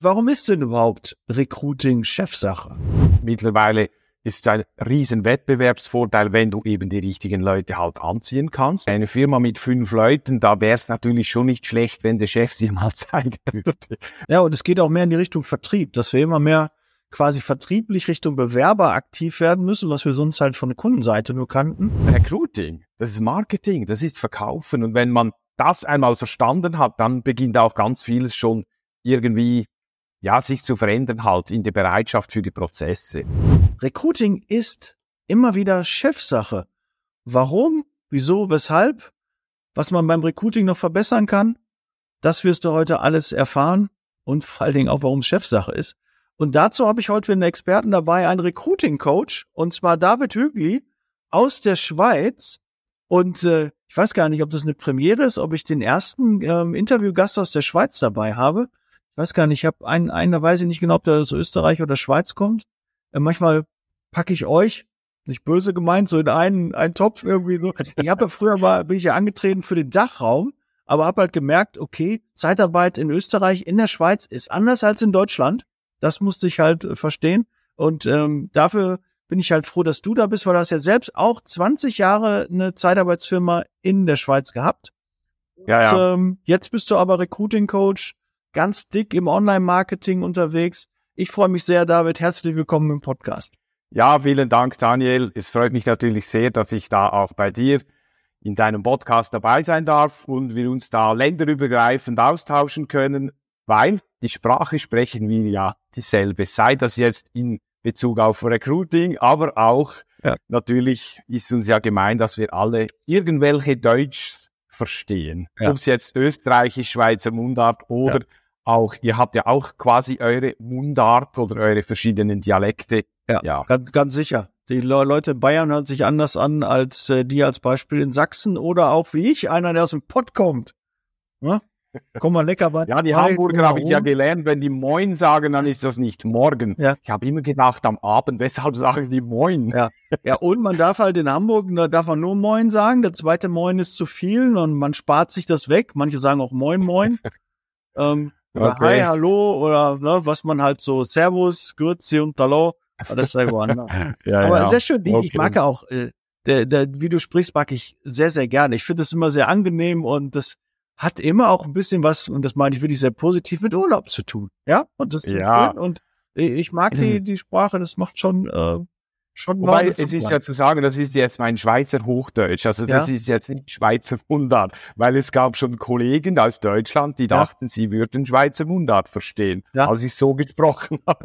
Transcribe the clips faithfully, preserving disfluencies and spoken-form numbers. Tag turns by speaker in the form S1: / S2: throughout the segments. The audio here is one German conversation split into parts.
S1: Warum ist denn überhaupt Recruiting Chefsache?
S2: Mittlerweile ist es ein riesen Wettbewerbsvorteil, wenn du eben die richtigen Leute halt anziehen kannst. Eine Firma mit fünf Leuten, da wäre es natürlich schon nicht schlecht, wenn der Chef sie mal zeigen würde.
S1: Ja, und es geht auch mehr in die Richtung Vertrieb, dass wir immer mehr quasi vertrieblich Richtung Bewerber aktiv werden müssen, was wir sonst halt von der Kundenseite nur kannten.
S2: Recruiting, das ist Marketing, das ist Verkaufen. Und wenn man das einmal verstanden hat, dann beginnt auch ganz vieles schon irgendwie, ja, sich zu verändern halt in der Bereitschaft für die Prozesse.
S1: Recruiting ist immer wieder Chefsache. Warum? Wieso? Weshalb? Was man beim Recruiting noch verbessern kann? Das wirst du heute alles erfahren und vor allen Dingen auch, warum es Chefsache ist. Und dazu habe ich heute wieder einen Experten dabei, einen Recruiting-Coach, und zwar David Hügli aus der Schweiz. Und äh, ich weiß gar nicht, ob das eine Premiere ist, ob ich den ersten ähm, Interviewgast aus der Schweiz dabei habe. Ich weiß gar nicht, ich habe einen, einen, da weiß ich nicht genau, ob der aus Österreich oder Schweiz kommt. Äh, manchmal packe ich euch, nicht böse gemeint, so in einen, einen Topf irgendwie so. Ich habe ja früher mal, bin ich ja angetreten für den Dachraum, aber habe halt gemerkt, okay, Zeitarbeit in Österreich, in der Schweiz ist anders als in Deutschland. Das musste ich halt äh, verstehen. Und ähm, dafür bin ich halt froh, dass du da bist, weil du hast ja selbst auch zwanzig Jahre eine Zeitarbeitsfirma in der Schweiz gehabt.
S2: Ja, ja.
S1: Und, ähm, jetzt bist du aber Recruiting-Coach, ganz dick im Online-Marketing unterwegs. Ich freue mich sehr, David. Herzlich willkommen im Podcast.
S2: Ja, vielen Dank, Daniel. Es freut mich natürlich sehr, dass ich da auch bei dir in deinem Podcast dabei sein darf und wir uns da länderübergreifend austauschen können, weil die Sprache sprechen wir ja dieselbe. Sei das jetzt in Bezug auf Recruiting, aber auch ja. Natürlich ist uns ja gemein, dass wir alle irgendwelche Deutsch verstehen. Ja. Ob es jetzt Österreichisch, Schweizer Mundart oder ja. auch, ihr habt ja auch quasi eure Mundart oder eure verschiedenen Dialekte.
S1: Ja, ja. Ganz, ganz sicher. Die Le- Leute in Bayern hören sich anders an als äh, die als Beispiel in Sachsen oder auch wie ich, einer, der aus dem Pott kommt. Ja? Komm mal lecker bei.
S2: Ja, die Hamburger habe ich ja gelernt, wenn die Moin sagen, dann ist das nicht morgen. Ja. Ich habe immer gedacht, am Abend, weshalb sagen die Moin?
S1: Ja. Ja, und man darf halt in Hamburg, da darf man nur Moin sagen. Der zweite Moin ist zu viel und man spart sich das weg. Manche sagen auch Moin, Moin. ähm, oder okay. Hi, Hallo oder ne, was man halt so Servus, Grüezi und Hallo. Das sei woanders. ja, Aber ja. sehr schön. Okay. Ich mag ja auch, äh, der, der, wie du sprichst, mag ich sehr, sehr gerne. Ich finde es immer sehr angenehm und das hat immer auch ein bisschen was, und das meine ich wirklich sehr positiv, mit Urlaub zu tun. Ja, und das ist
S2: ja.
S1: schön. Und ich mag die, die Sprache, das macht schon, äh, schon.
S2: Wobei, es ist ja zu sagen, das ist jetzt mein Schweizer Hochdeutsch. Also, das ja? ist jetzt nicht Schweizer Mundart, weil es gab schon Kollegen aus Deutschland, die ja. dachten, sie würden Schweizer Mundart verstehen, ja. als ich so gesprochen habe.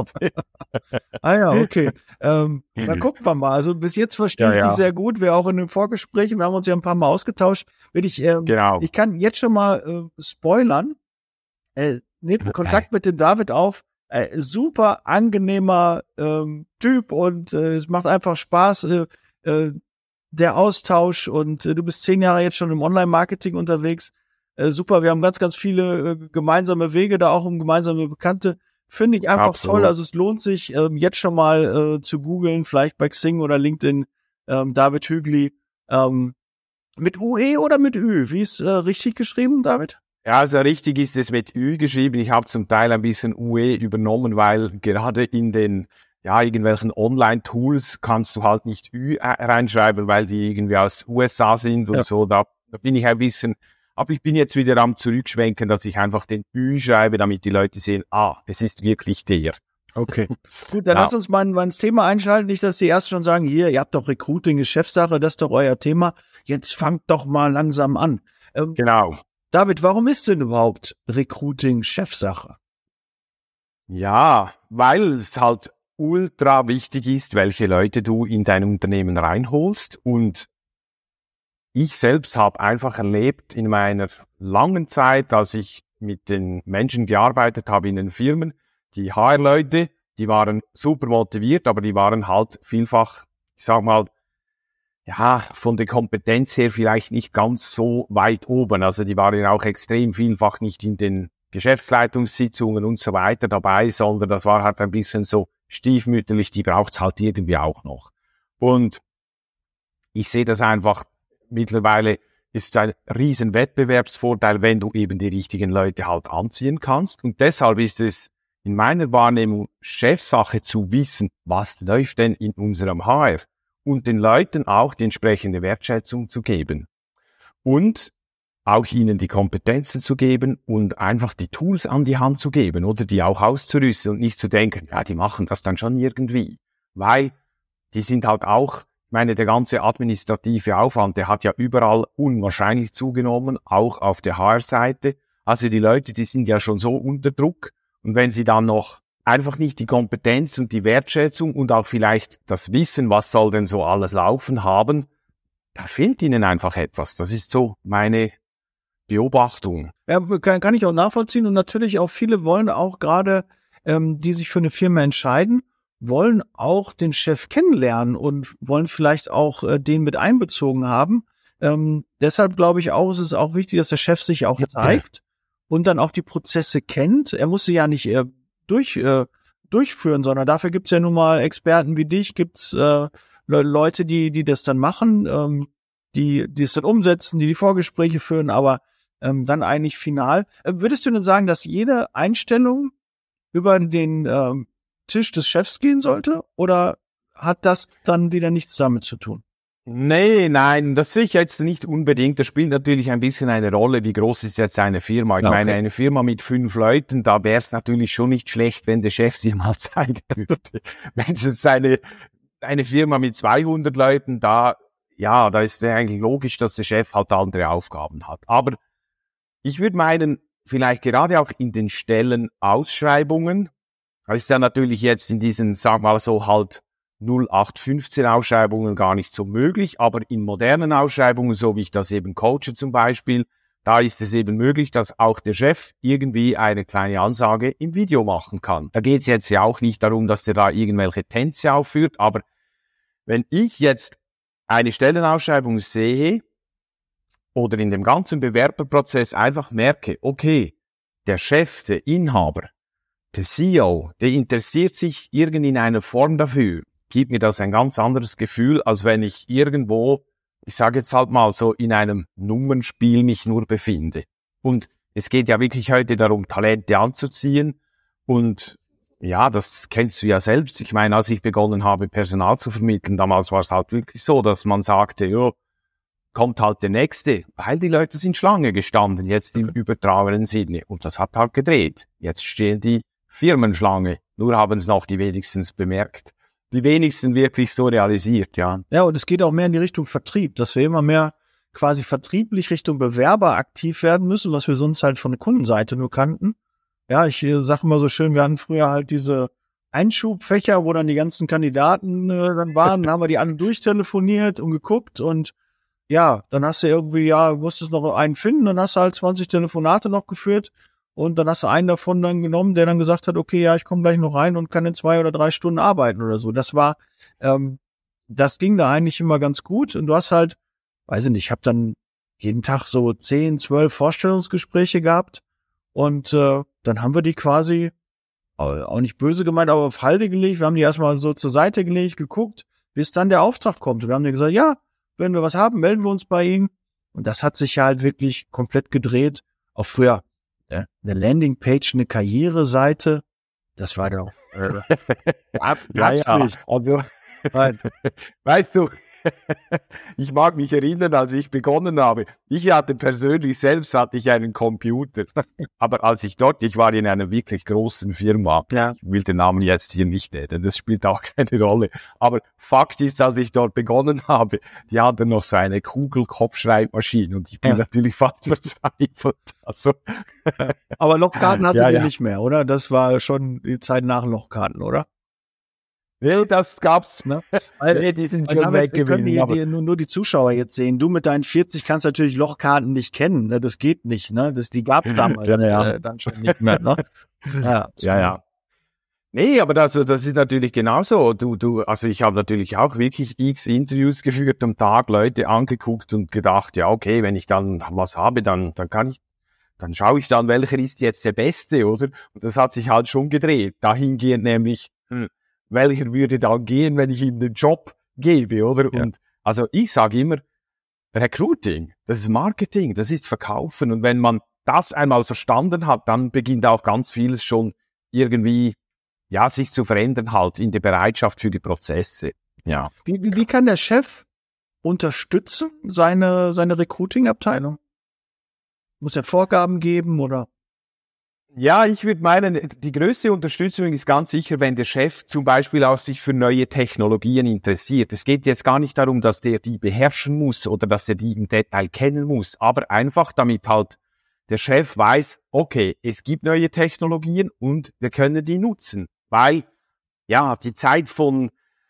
S1: ah ja, okay. Ähm, dann gucken wir mal. Also, bis jetzt verstehe ich ja, ja. dich sehr gut. Wir auch in den Vorgesprächen, wir haben uns ja ein paar Mal ausgetauscht. Wenn ich, ähm,
S2: genau.
S1: ich kann jetzt schon mal äh, spoilern. Äh, nehmt Kontakt mit dem David auf. Äh, super angenehmer ähm, Typ und äh, es macht einfach Spaß, äh, äh, der Austausch, und äh, du bist zehn Jahre jetzt schon im Online-Marketing unterwegs. Äh, super, wir haben ganz, ganz viele äh, gemeinsame Wege, da auch um gemeinsame Bekannte. Finde ich einfach Absolut. toll. Also es lohnt sich, ähm, jetzt schon mal äh, zu googeln, vielleicht bei Xing oder LinkedIn, ähm, David Hügli. Ähm, mit U E oder mit Ü? Wie ist äh, richtig geschrieben, David?
S2: Ja, also richtig ist es mit Ü geschrieben. Ich habe zum Teil ein bisschen U E übernommen, weil gerade in den, ja, irgendwelchen Online-Tools kannst du halt nicht Ü reinschreiben, weil die irgendwie aus U S A sind und ja. so. Da, da bin ich ein bisschen, aber ich bin jetzt wieder am Zurückschwenken, dass ich einfach den Ü schreibe, damit die Leute sehen, ah, es ist wirklich der.
S1: Okay. Gut, dann ja. lass uns mal, mal ins Thema einschalten. Nicht, dass die ersten schon sagen, hier, ihr habt doch Recruiting, ist Chefsache, das ist doch euer Thema. Jetzt fangt doch mal langsam an.
S2: Ähm, genau.
S1: David, warum ist denn überhaupt Recruiting Chefsache?
S2: Ja, weil es halt ultra wichtig ist, welche Leute du in dein Unternehmen reinholst. Und ich selbst habe einfach erlebt in meiner langen Zeit, als ich mit den Menschen gearbeitet habe in den Firmen, die H R-Leute, die waren super motiviert, aber die waren halt vielfach, ich sag mal, ja, von der Kompetenz her vielleicht nicht ganz so weit oben. Also die waren ja auch extrem vielfach nicht in den Geschäftsleitungssitzungen und so weiter dabei, sondern das war halt ein bisschen so stiefmütterlich, die braucht's halt irgendwie auch noch. Und ich sehe das einfach, mittlerweile ist ein riesen Wettbewerbsvorteil, wenn du eben die richtigen Leute halt anziehen kannst. Und deshalb ist es in meiner Wahrnehmung Chefsache zu wissen, was läuft denn in unserem H R und den Leuten auch die entsprechende Wertschätzung zu geben und auch ihnen die Kompetenzen zu geben und einfach die Tools an die Hand zu geben oder die auch auszurüsten und nicht zu denken, ja, die machen das dann schon irgendwie, weil die sind halt auch, ich meine, der ganze administrative Aufwand, der hat ja überall unwahrscheinlich zugenommen, auch auf der H R-Seite. Also die Leute, die sind ja schon so unter Druck. Und wenn sie dann noch einfach nicht die Kompetenz und die Wertschätzung und auch vielleicht das Wissen, was soll denn so alles laufen haben, da fehlt ihnen einfach etwas. Das ist so meine Beobachtung.
S1: Ja, kann, kann ich auch nachvollziehen. Und natürlich auch viele wollen auch gerade, ähm, die sich für eine Firma entscheiden, wollen auch den Chef kennenlernen und wollen vielleicht auch äh, den mit einbezogen haben. Ähm, deshalb glaube ich auch, ist es auch wichtig, dass der Chef sich auch zeigt und dann auch die Prozesse kennt. Er muss sie ja nicht äh, durch, äh, durchführen, sondern dafür gibt's ja nun mal Experten wie dich, gibt's äh, Leute, die die das dann machen, ähm, die die es dann umsetzen, die die Vorgespräche führen, aber ähm, dann eigentlich final. Äh, würdest du denn sagen, dass jede Einstellung über den ähm, Tisch des Chefs gehen sollte? Oder hat das dann wieder nichts damit zu tun?
S2: Nee, nein, das sehe ich jetzt nicht unbedingt. Das spielt natürlich ein bisschen eine Rolle, wie groß ist jetzt eine Firma. Ich
S1: Ja, okay.
S2: meine, eine Firma mit fünf Leuten, da wäre es natürlich schon nicht schlecht, wenn der Chef sich mal zeigen würde. Wenn es jetzt eine, eine Firma mit zweihundert Leuten, da, ja, da ist ja eigentlich logisch, dass der Chef halt andere Aufgaben hat. Aber ich würde meinen, vielleicht gerade auch in den Stellenausschreibungen, das ist ja natürlich jetzt in diesen, sag mal so halt null acht fünfzehn Ausschreibungen gar nicht so möglich, aber in modernen Ausschreibungen, so wie ich das eben coache zum Beispiel, da ist es eben möglich, dass auch der Chef irgendwie eine kleine Ansage im Video machen kann. Da geht es jetzt ja auch nicht darum, dass der da irgendwelche Tänze aufführt, aber wenn ich jetzt eine Stellenausschreibung sehe oder in dem ganzen Bewerberprozess einfach merke, okay, der Chef, der Inhaber, der C E O, der interessiert sich irgendwie in einer Form dafür, gibt mir das ein ganz anderes Gefühl, als wenn ich irgendwo, ich sage jetzt halt mal so, in einem Nummernspiel mich nur befinde. Und es geht ja wirklich heute darum, Talente anzuziehen. Und ja, das kennst du ja selbst. Ich meine, als ich begonnen habe, Personal zu vermitteln, damals war es halt wirklich so, dass man sagte, ja, kommt halt der Nächste, weil die Leute sind Schlange gestanden, jetzt im übertragenen Sinne. Und das hat halt gedreht. Jetzt stehen die Firmenschlange. Nur haben es noch die wenigstens bemerkt. Die wenigsten wirklich so realisiert, ja.
S1: Ja, und es geht auch mehr in die Richtung Vertrieb, dass wir immer mehr quasi vertrieblich Richtung Bewerber aktiv werden müssen, was wir sonst halt von der Kundenseite nur kannten. Ja, ich äh, sage immer so schön, wir hatten früher halt diese Einschubfächer, wo dann die ganzen Kandidaten äh, dann waren, dann haben wir die alle durchtelefoniert und geguckt und ja, dann hast du irgendwie, ja, musstest noch einen finden, dann hast du halt zwanzig Telefonate noch geführt. Und dann hast du einen davon dann genommen, der dann gesagt hat, okay, ja, ich komme gleich noch rein und kann in zwei oder drei Stunden arbeiten oder so. Das war, ähm, das ging da eigentlich immer ganz gut. Und du hast halt, weiß ich nicht, ich habe dann jeden Tag so zehn, zwölf Vorstellungsgespräche gehabt. Und äh, dann haben wir die quasi, auch nicht böse gemeint, aber auf Halde gelegt. Wir haben die erstmal so zur Seite gelegt, geguckt, bis dann der Auftrag kommt. Und wir haben dir gesagt, ja, wenn wir was haben, melden wir uns bei Ihnen. Und das hat sich halt wirklich komplett gedreht. Auch früher. Ja, eine Landingpage, eine Karriereseite, das war doch äh, ab,
S2: ja, ja.
S1: Nicht.
S2: Also, weißt du, ich mag mich erinnern, als ich begonnen habe, ich hatte persönlich selbst hatte ich einen Computer, aber als ich dort, ich war in einer wirklich großen Firma,
S1: ja.
S2: Ich will den Namen jetzt hier nicht nennen, das spielt auch keine Rolle, aber Fakt ist, als ich dort begonnen habe, die hatten noch so eine Kugelkopfschreibmaschine und ich bin ja. natürlich fast verzweifelt. Also,
S1: aber Lochkarten hatte
S2: ja,
S1: die
S2: ja.
S1: nicht mehr, oder? Das war schon die Zeit nach Lochkarten, oder?
S2: Nee, das gab's, ne? Weil, nee, die sind schon
S1: damit,
S2: weg gewesen.
S1: Können die,
S2: aber
S1: die, nur, nur die Zuschauer jetzt sehen. Du mit deinen vierzig kannst natürlich Lochkarten nicht kennen, ne? Das geht nicht, ne? Das, die gab's damals
S2: ja, ja.
S1: Äh, dann schon nicht mehr, ne?
S2: Ja, ja, ja. Nee, aber das, das ist natürlich genauso. Du, du, also ich habe natürlich auch wirklich x Interviews geführt am Tag, Leute angeguckt und gedacht, ja, okay, wenn ich dann was habe, dann, dann kann ich, dann schaue ich dann, welcher ist jetzt der Beste, oder? Und das hat sich halt schon gedreht. Dahingehend nämlich, hm, welcher würde dann gehen, wenn ich ihm den Job gebe, oder? Ja. Und also ich sage immer, Recruiting, das ist Marketing, das ist Verkaufen. Und wenn man das einmal verstanden hat, dann beginnt auch ganz vieles schon irgendwie, ja, sich zu verändern halt in der Bereitschaft für die Prozesse. Ja.
S1: Wie, wie, wie kann der Chef unterstützen, seine, seine Recruiting-Abteilung? Muss er Vorgaben geben oder?
S2: Ja, ich würde meinen, die größte Unterstützung ist ganz sicher, wenn der Chef zum Beispiel auch sich für neue Technologien interessiert. Es geht jetzt gar nicht darum, dass der die beherrschen muss oder dass er die im Detail kennen muss, aber einfach damit halt der Chef weiß, okay, es gibt neue Technologien und wir können die nutzen. Weil, ja, die Zeit von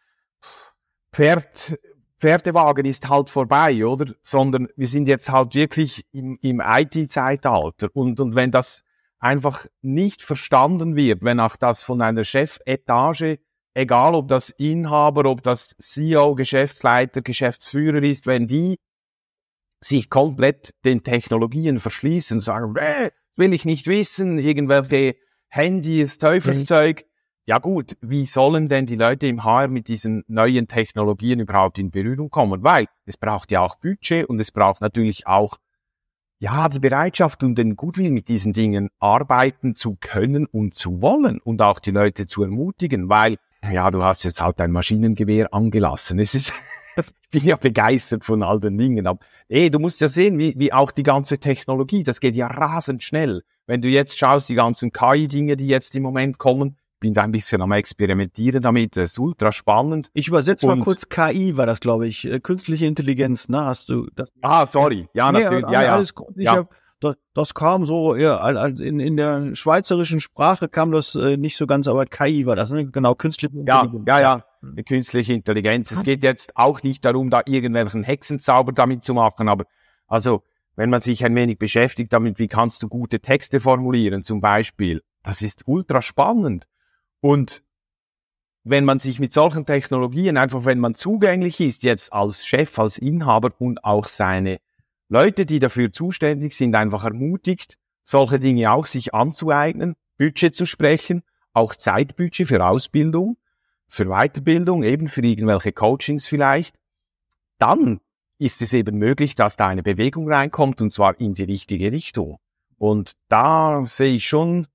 S2: Pferd, Pferdewagen ist halt vorbei, oder? Sondern wir sind jetzt halt wirklich im, im I T-Zeitalter. Und, und wenn das einfach nicht verstanden wird, wenn auch das von einer Chefetage, egal ob das Inhaber, ob das C E O, Geschäftsleiter, Geschäftsführer ist, wenn die sich komplett den Technologien verschließen, sagen, äh, will ich nicht wissen, irgendwelche Handys, Teufelszeug. Mhm. Ja gut, wie sollen denn die Leute im H R mit diesen neuen Technologien überhaupt in Berührung kommen? Weil es braucht ja auch Budget und es braucht natürlich auch ja, die Bereitschaft und den Goodwill, mit diesen Dingen arbeiten zu können und zu wollen und auch die Leute zu ermutigen, weil, ja, du hast jetzt halt ein Maschinengewehr angelassen. Es ist, ich bin ja begeistert von all den Dingen, aber ey, du musst ja sehen, wie, wie auch die ganze Technologie, das geht ja rasend schnell. Wenn du jetzt schaust, die ganzen K I-Dinge, die jetzt im Moment kommen, bin da ein bisschen am Experimentieren damit, das ist ultra spannend.
S1: Ich übersetze mal kurz K I, war das, glaube ich, künstliche Intelligenz, ne, hast du das?
S2: Ah, sorry, ja, nee, natürlich, ja, ja.
S1: Alles gut. Ich
S2: ja.
S1: Hab, das, das kam so, ja, in, in der schweizerischen Sprache kam das äh, nicht so ganz, aber K I war das, ne, genau, künstliche
S2: Intelligenz. Ja, ja, ja, die künstliche Intelligenz. Es geht jetzt auch nicht darum, da irgendwelchen Hexenzauber damit zu machen, aber, also, wenn man sich ein wenig beschäftigt damit, wie kannst du gute Texte formulieren, zum Beispiel, das ist ultra spannend. Und wenn man sich mit solchen Technologien, einfach wenn man zugänglich ist, jetzt als Chef, als Inhaber und auch seine Leute, die dafür zuständig sind, einfach ermutigt, solche Dinge auch sich anzueignen, Budget zu sprechen, auch Zeitbudget für Ausbildung, für Weiterbildung, eben für irgendwelche Coachings vielleicht, dann ist es eben möglich, dass da eine Bewegung reinkommt und zwar in die richtige Richtung. Und da sehe ich schon,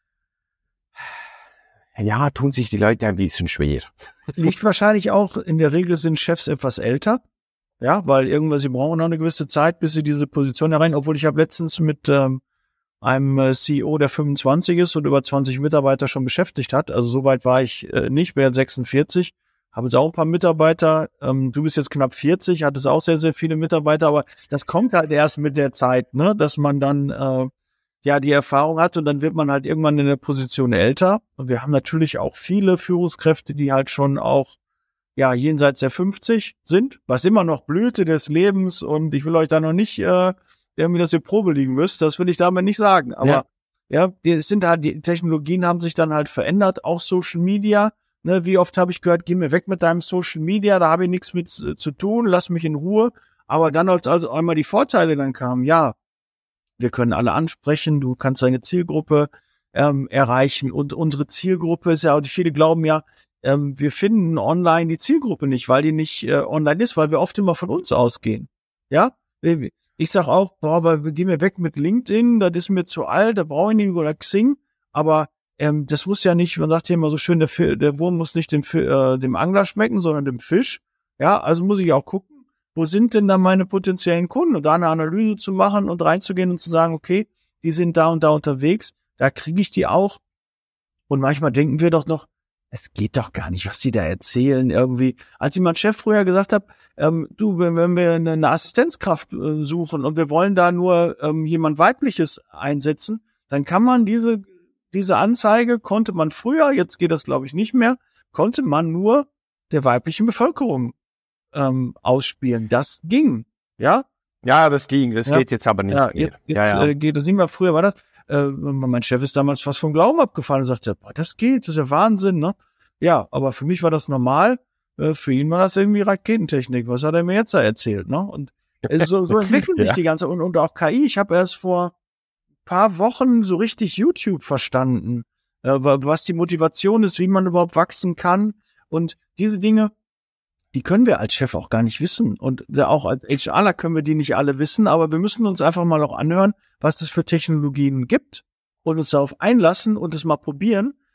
S2: ja, tun sich die Leute ein bisschen schwer.
S1: Liegt wahrscheinlich auch, in der Regel sind Chefs etwas älter. Ja, weil irgendwann, sie brauchen noch eine gewisse Zeit, bis sie diese Position erreichen. Obwohl ich habe letztens mit ähm, einem äh, C E O, der fünfundzwanzig ist und über zwanzig Mitarbeiter schon beschäftigt hat. Also so weit war ich äh, nicht, wäre sechsundvierzig. Habe jetzt auch ein paar Mitarbeiter. Ähm, du bist jetzt knapp vierzig, hattest auch sehr, sehr viele Mitarbeiter. Aber das kommt halt erst mit der Zeit, ne, dass man dann äh, ja die Erfahrung hat und dann wird man halt irgendwann in der Position älter. Und wir haben natürlich auch viele Führungskräfte, die halt schon auch ja jenseits der fünfzig sind, was immer noch Blüte des Lebens, und ich will euch da noch nicht äh, irgendwie, dass ihr Probe liegen müsst, das will ich damit nicht sagen. Aber ja, ja die sind halt, die Technologien haben sich dann halt verändert, auch Social Media. Ne, wie oft habe ich gehört, geh mir weg mit deinem Social Media, da habe ich nichts mit äh, zu tun, lass mich in Ruhe. Aber dann, als also einmal die Vorteile dann kamen, ja, wir können alle ansprechen, du kannst deine Zielgruppe ähm, erreichen, und unsere Zielgruppe ist ja, und viele glauben ja, ähm, wir finden online die Zielgruppe nicht, weil die nicht äh, online ist, weil wir oft immer von uns ausgehen. Ja, ich sag auch, boah, wir gehen wir weg mit LinkedIn, das ist mir zu alt, da brauche ich nicht, oder Xing, aber ähm, das muss ja nicht, man sagt ja immer so schön, der, der Wurm muss nicht dem, äh, dem Angler schmecken, sondern dem Fisch. Ja, also muss ich auch gucken, wo sind denn da meine potenziellen Kunden, und da eine Analyse zu machen und reinzugehen und zu sagen, okay, die sind da und da unterwegs, da kriege ich die auch. Und manchmal denken wir doch noch, es geht doch gar nicht, was die da erzählen irgendwie. Als ich mein Chef früher gesagt habe, ähm, du, wenn, wenn wir eine, eine Assistenzkraft äh, suchen und wir wollen da nur ähm, jemand Weibliches einsetzen, dann kann man diese diese Anzeige, konnte man früher, jetzt geht das glaube ich nicht mehr, konnte man nur der weiblichen Bevölkerung ähm, ausspielen. Das ging, ja?
S2: Ja, das ging, das
S1: ja.
S2: geht jetzt aber nicht
S1: ja,
S2: mehr.
S1: Jetzt, jetzt
S2: ja, ja.
S1: Äh, geht das nicht mehr. Früher war das, äh, mein Chef ist damals fast vom Glauben abgefallen und sagte, boah, das geht, das ist ja Wahnsinn, ne? Ja, aber für mich war das normal, äh, für ihn war das irgendwie Raketentechnik. Was hat er mir jetzt da erzählt, ne? Und äh, so, so entwickeln sich ja. die ganze, und, und auch K I. Ich habe erst vor paar Wochen so richtig YouTube verstanden, äh, was die Motivation ist, wie man überhaupt wachsen kann, und diese Dinge, die können wir als Chef auch gar nicht wissen, und auch als HRler können wir die nicht alle wissen, aber wir müssen uns einfach mal auch anhören, was es für Technologien gibt und uns darauf einlassen und es mal probieren,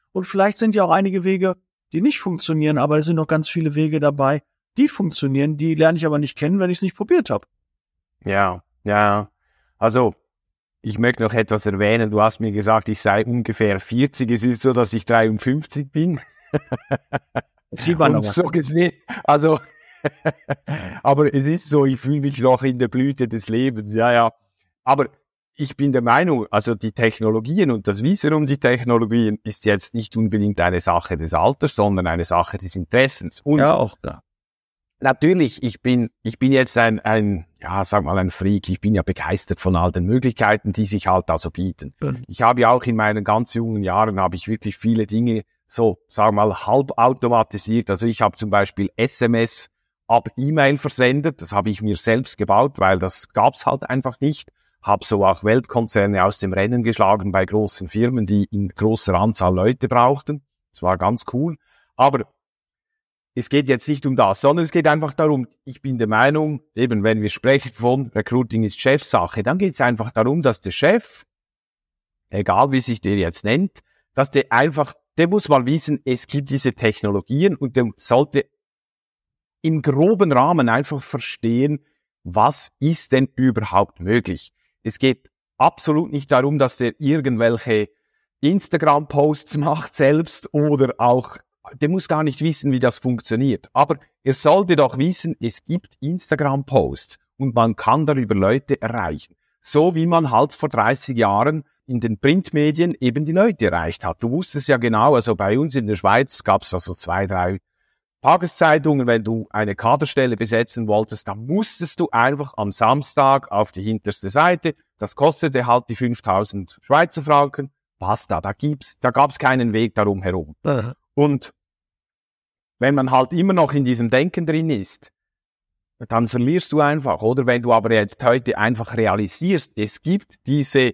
S1: Und vielleicht sind ja auch einige Wege, die nicht funktionieren, aber es sind noch ganz viele Wege dabei, die funktionieren, die lerne ich aber nicht kennen, wenn ich es nicht probiert habe.
S2: Ja, ja. Also, ich möchte noch etwas erwähnen. Du hast mir gesagt, ich sei ungefähr vierzig. Es ist so, dass ich dreiundfünfzig bin.
S1: Das sieht man
S2: Und so gesehen, also, aber es ist so, ich fühle mich noch in der Blüte des Lebens, ja, ja. Aber ich bin der Meinung, also die Technologien und das Wissen um die Technologien ist jetzt nicht unbedingt eine Sache des Alters, sondern eine Sache des Interessens. Und
S1: ja, auch da.
S2: Natürlich, ich bin, ich bin jetzt ein, ein, ja, sag mal ein Freak. Ich bin ja begeistert von all den Möglichkeiten, die sich halt da so bieten. Mhm. Ich habe ja auch in meinen ganz jungen Jahren habe ich wirklich viele Dinge so, sag mal, halb automatisiert. Also ich habe zum Beispiel S M S ab E-Mail versendet. Das habe ich mir selbst gebaut, weil das gab's halt einfach nicht. Habe so auch Weltkonzerne aus dem Rennen geschlagen bei großen Firmen, die in großer Anzahl Leute brauchten. Das war ganz cool. Aber es geht jetzt nicht um das, sondern es geht einfach darum, ich bin der Meinung, eben wenn wir sprechen von Recruiting ist Chefsache, dann geht es einfach darum, dass der Chef, egal wie sich der jetzt nennt, dass der einfach, der muss mal wissen, es gibt diese Technologien und der sollte im groben Rahmen einfach verstehen, was ist denn überhaupt möglich. Es geht absolut nicht darum, dass der irgendwelche Instagram-Posts macht selbst oder auch, der muss gar nicht wissen, wie das funktioniert. Aber er sollte doch wissen, es gibt Instagram-Posts und man kann darüber Leute erreichen. So wie man halt vor dreißig Jahren in den Printmedien eben die Leute erreicht hat. Du wusstest ja genau, also bei uns in der Schweiz gab es also zwei, drei Tageszeitungen, wenn du eine Kaderstelle besetzen wolltest, dann musstest du einfach am Samstag auf die hinterste Seite, das kostete halt die fünftausend Schweizer Franken, basta, da gibt's, da gab's keinen Weg darum herum. Aha. Und wenn man halt immer noch in diesem Denken drin ist, dann verlierst du einfach, oder? Wenn du aber jetzt heute einfach realisierst, es gibt diese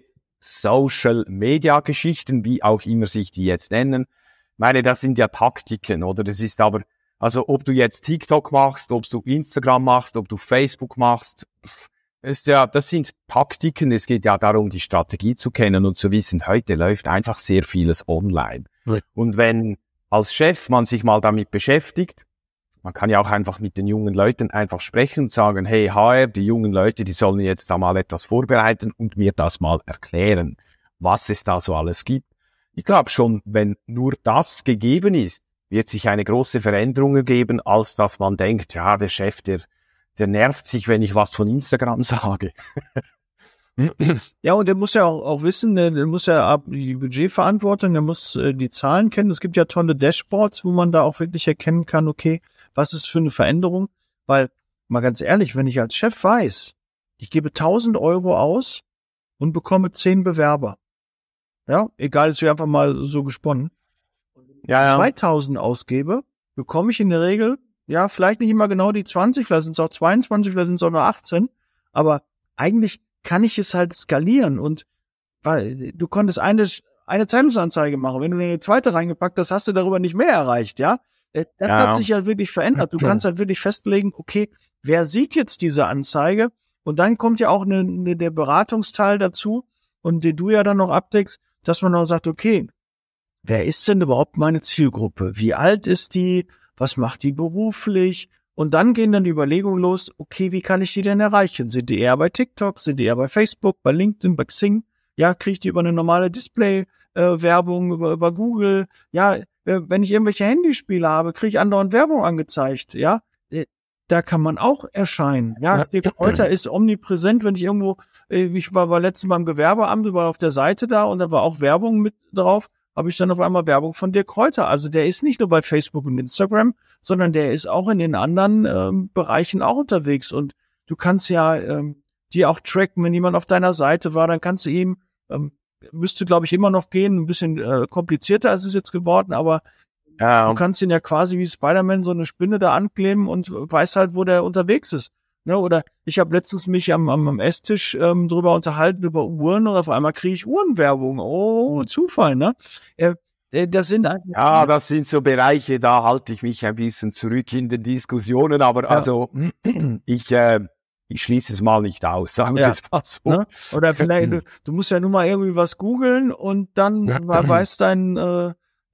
S2: Social-Media-Geschichten, wie auch immer sich die jetzt nennen, ich meine, das sind ja Taktiken, oder? Das ist aber, also ob du jetzt TikTok machst, ob du Instagram machst, ob du Facebook machst, ist ja, das sind Taktiken. Es geht ja darum, die Strategie zu kennen und zu wissen, heute läuft einfach sehr vieles online. Ja. Und wenn als Chef man sich mal damit beschäftigt, man kann ja auch einfach mit den jungen Leuten einfach sprechen und sagen, hey H R, die jungen Leute, die sollen jetzt da mal etwas vorbereiten und mir das mal erklären, was es da so alles gibt. Ich glaube schon, wenn nur das gegeben ist, wird sich eine große Veränderung ergeben, als dass man denkt, ja, der Chef, der, der nervt sich, wenn ich was von Instagram sage.
S1: Ja, und der muss ja auch, auch wissen, der, der muss ja ab die Budgetverantwortung, der muss äh, die Zahlen kennen. Es gibt ja tolle Dashboards, wo man da auch wirklich erkennen kann, okay, was ist für eine Veränderung? Weil, mal ganz ehrlich, wenn ich als Chef weiß, ich gebe tausend Euro aus und bekomme zehn Bewerber. Ja, egal, ist wie einfach mal so gesponnen. Ja, ja. zweitausend ausgebe, bekomme ich in der Regel, ja, vielleicht nicht immer genau die zwanzig, vielleicht sind es auch zweiundzwanzig, vielleicht sind es auch nur achtzehn, aber eigentlich kann ich es halt skalieren und weil du konntest eine, eine Zeitungsanzeige machen, wenn du eine zweite reingepackt hast, hast du darüber nicht mehr erreicht, ja. Das ja. hat sich halt wirklich verändert. Du kannst halt wirklich festlegen, okay, wer sieht jetzt diese Anzeige? Und dann kommt ja auch eine, eine, der Beratungsteil dazu und den du ja dann noch abdeckst, dass man noch sagt, okay, wer ist denn überhaupt meine Zielgruppe? Wie alt ist die? Was macht die beruflich? Und dann gehen dann die Überlegungen los, okay, wie kann ich die denn erreichen? Sind die eher bei TikTok? Sind die eher bei Facebook, bei LinkedIn, bei Xing? Ja, kriege ich die über eine normale Display-Werbung, äh, über, über Google? Ja, äh, wenn ich irgendwelche Handyspiele habe, kriege ich andauernd Werbung angezeigt, ja? Äh, da kann man auch erscheinen. Ja, Dirk Kräuter ist omnipräsent, wenn ich irgendwo, äh, ich war, war letztens beim Gewerbeamt, war auf der Seite da und da war auch Werbung mit drauf. Habe ich dann auf einmal Werbung von Dirk Kräuter. Also der ist nicht nur bei Facebook und Instagram, sondern der ist auch in den anderen ähm, Bereichen auch unterwegs. Und du kannst ja ähm, die auch tracken, wenn jemand auf deiner Seite war, dann kannst du ihm, ähm, müsste glaube ich immer noch gehen, ein bisschen äh, komplizierter ist es jetzt geworden, aber ja. Du kannst ihn ja quasi wie Spider-Man so eine Spinne da ankleben und weiß halt, wo der unterwegs ist. Ne? Oder ich habe letztens mich am, am, am Esstisch ähm, drüber unterhalten, über Uhren und auf einmal kriege ich Uhrenwerbung. Oh, Zufall, ne? Äh, das sind eigentlich
S2: ja, das sind so Bereiche, da halte ich mich ein bisschen zurück in den Diskussionen, aber ja. also ich, äh, ich schließe es mal nicht aus, sagen wir ja. es mal so.
S1: Ne? Oder vielleicht, du, du musst ja nur mal irgendwie was googeln und dann weiß dein, äh,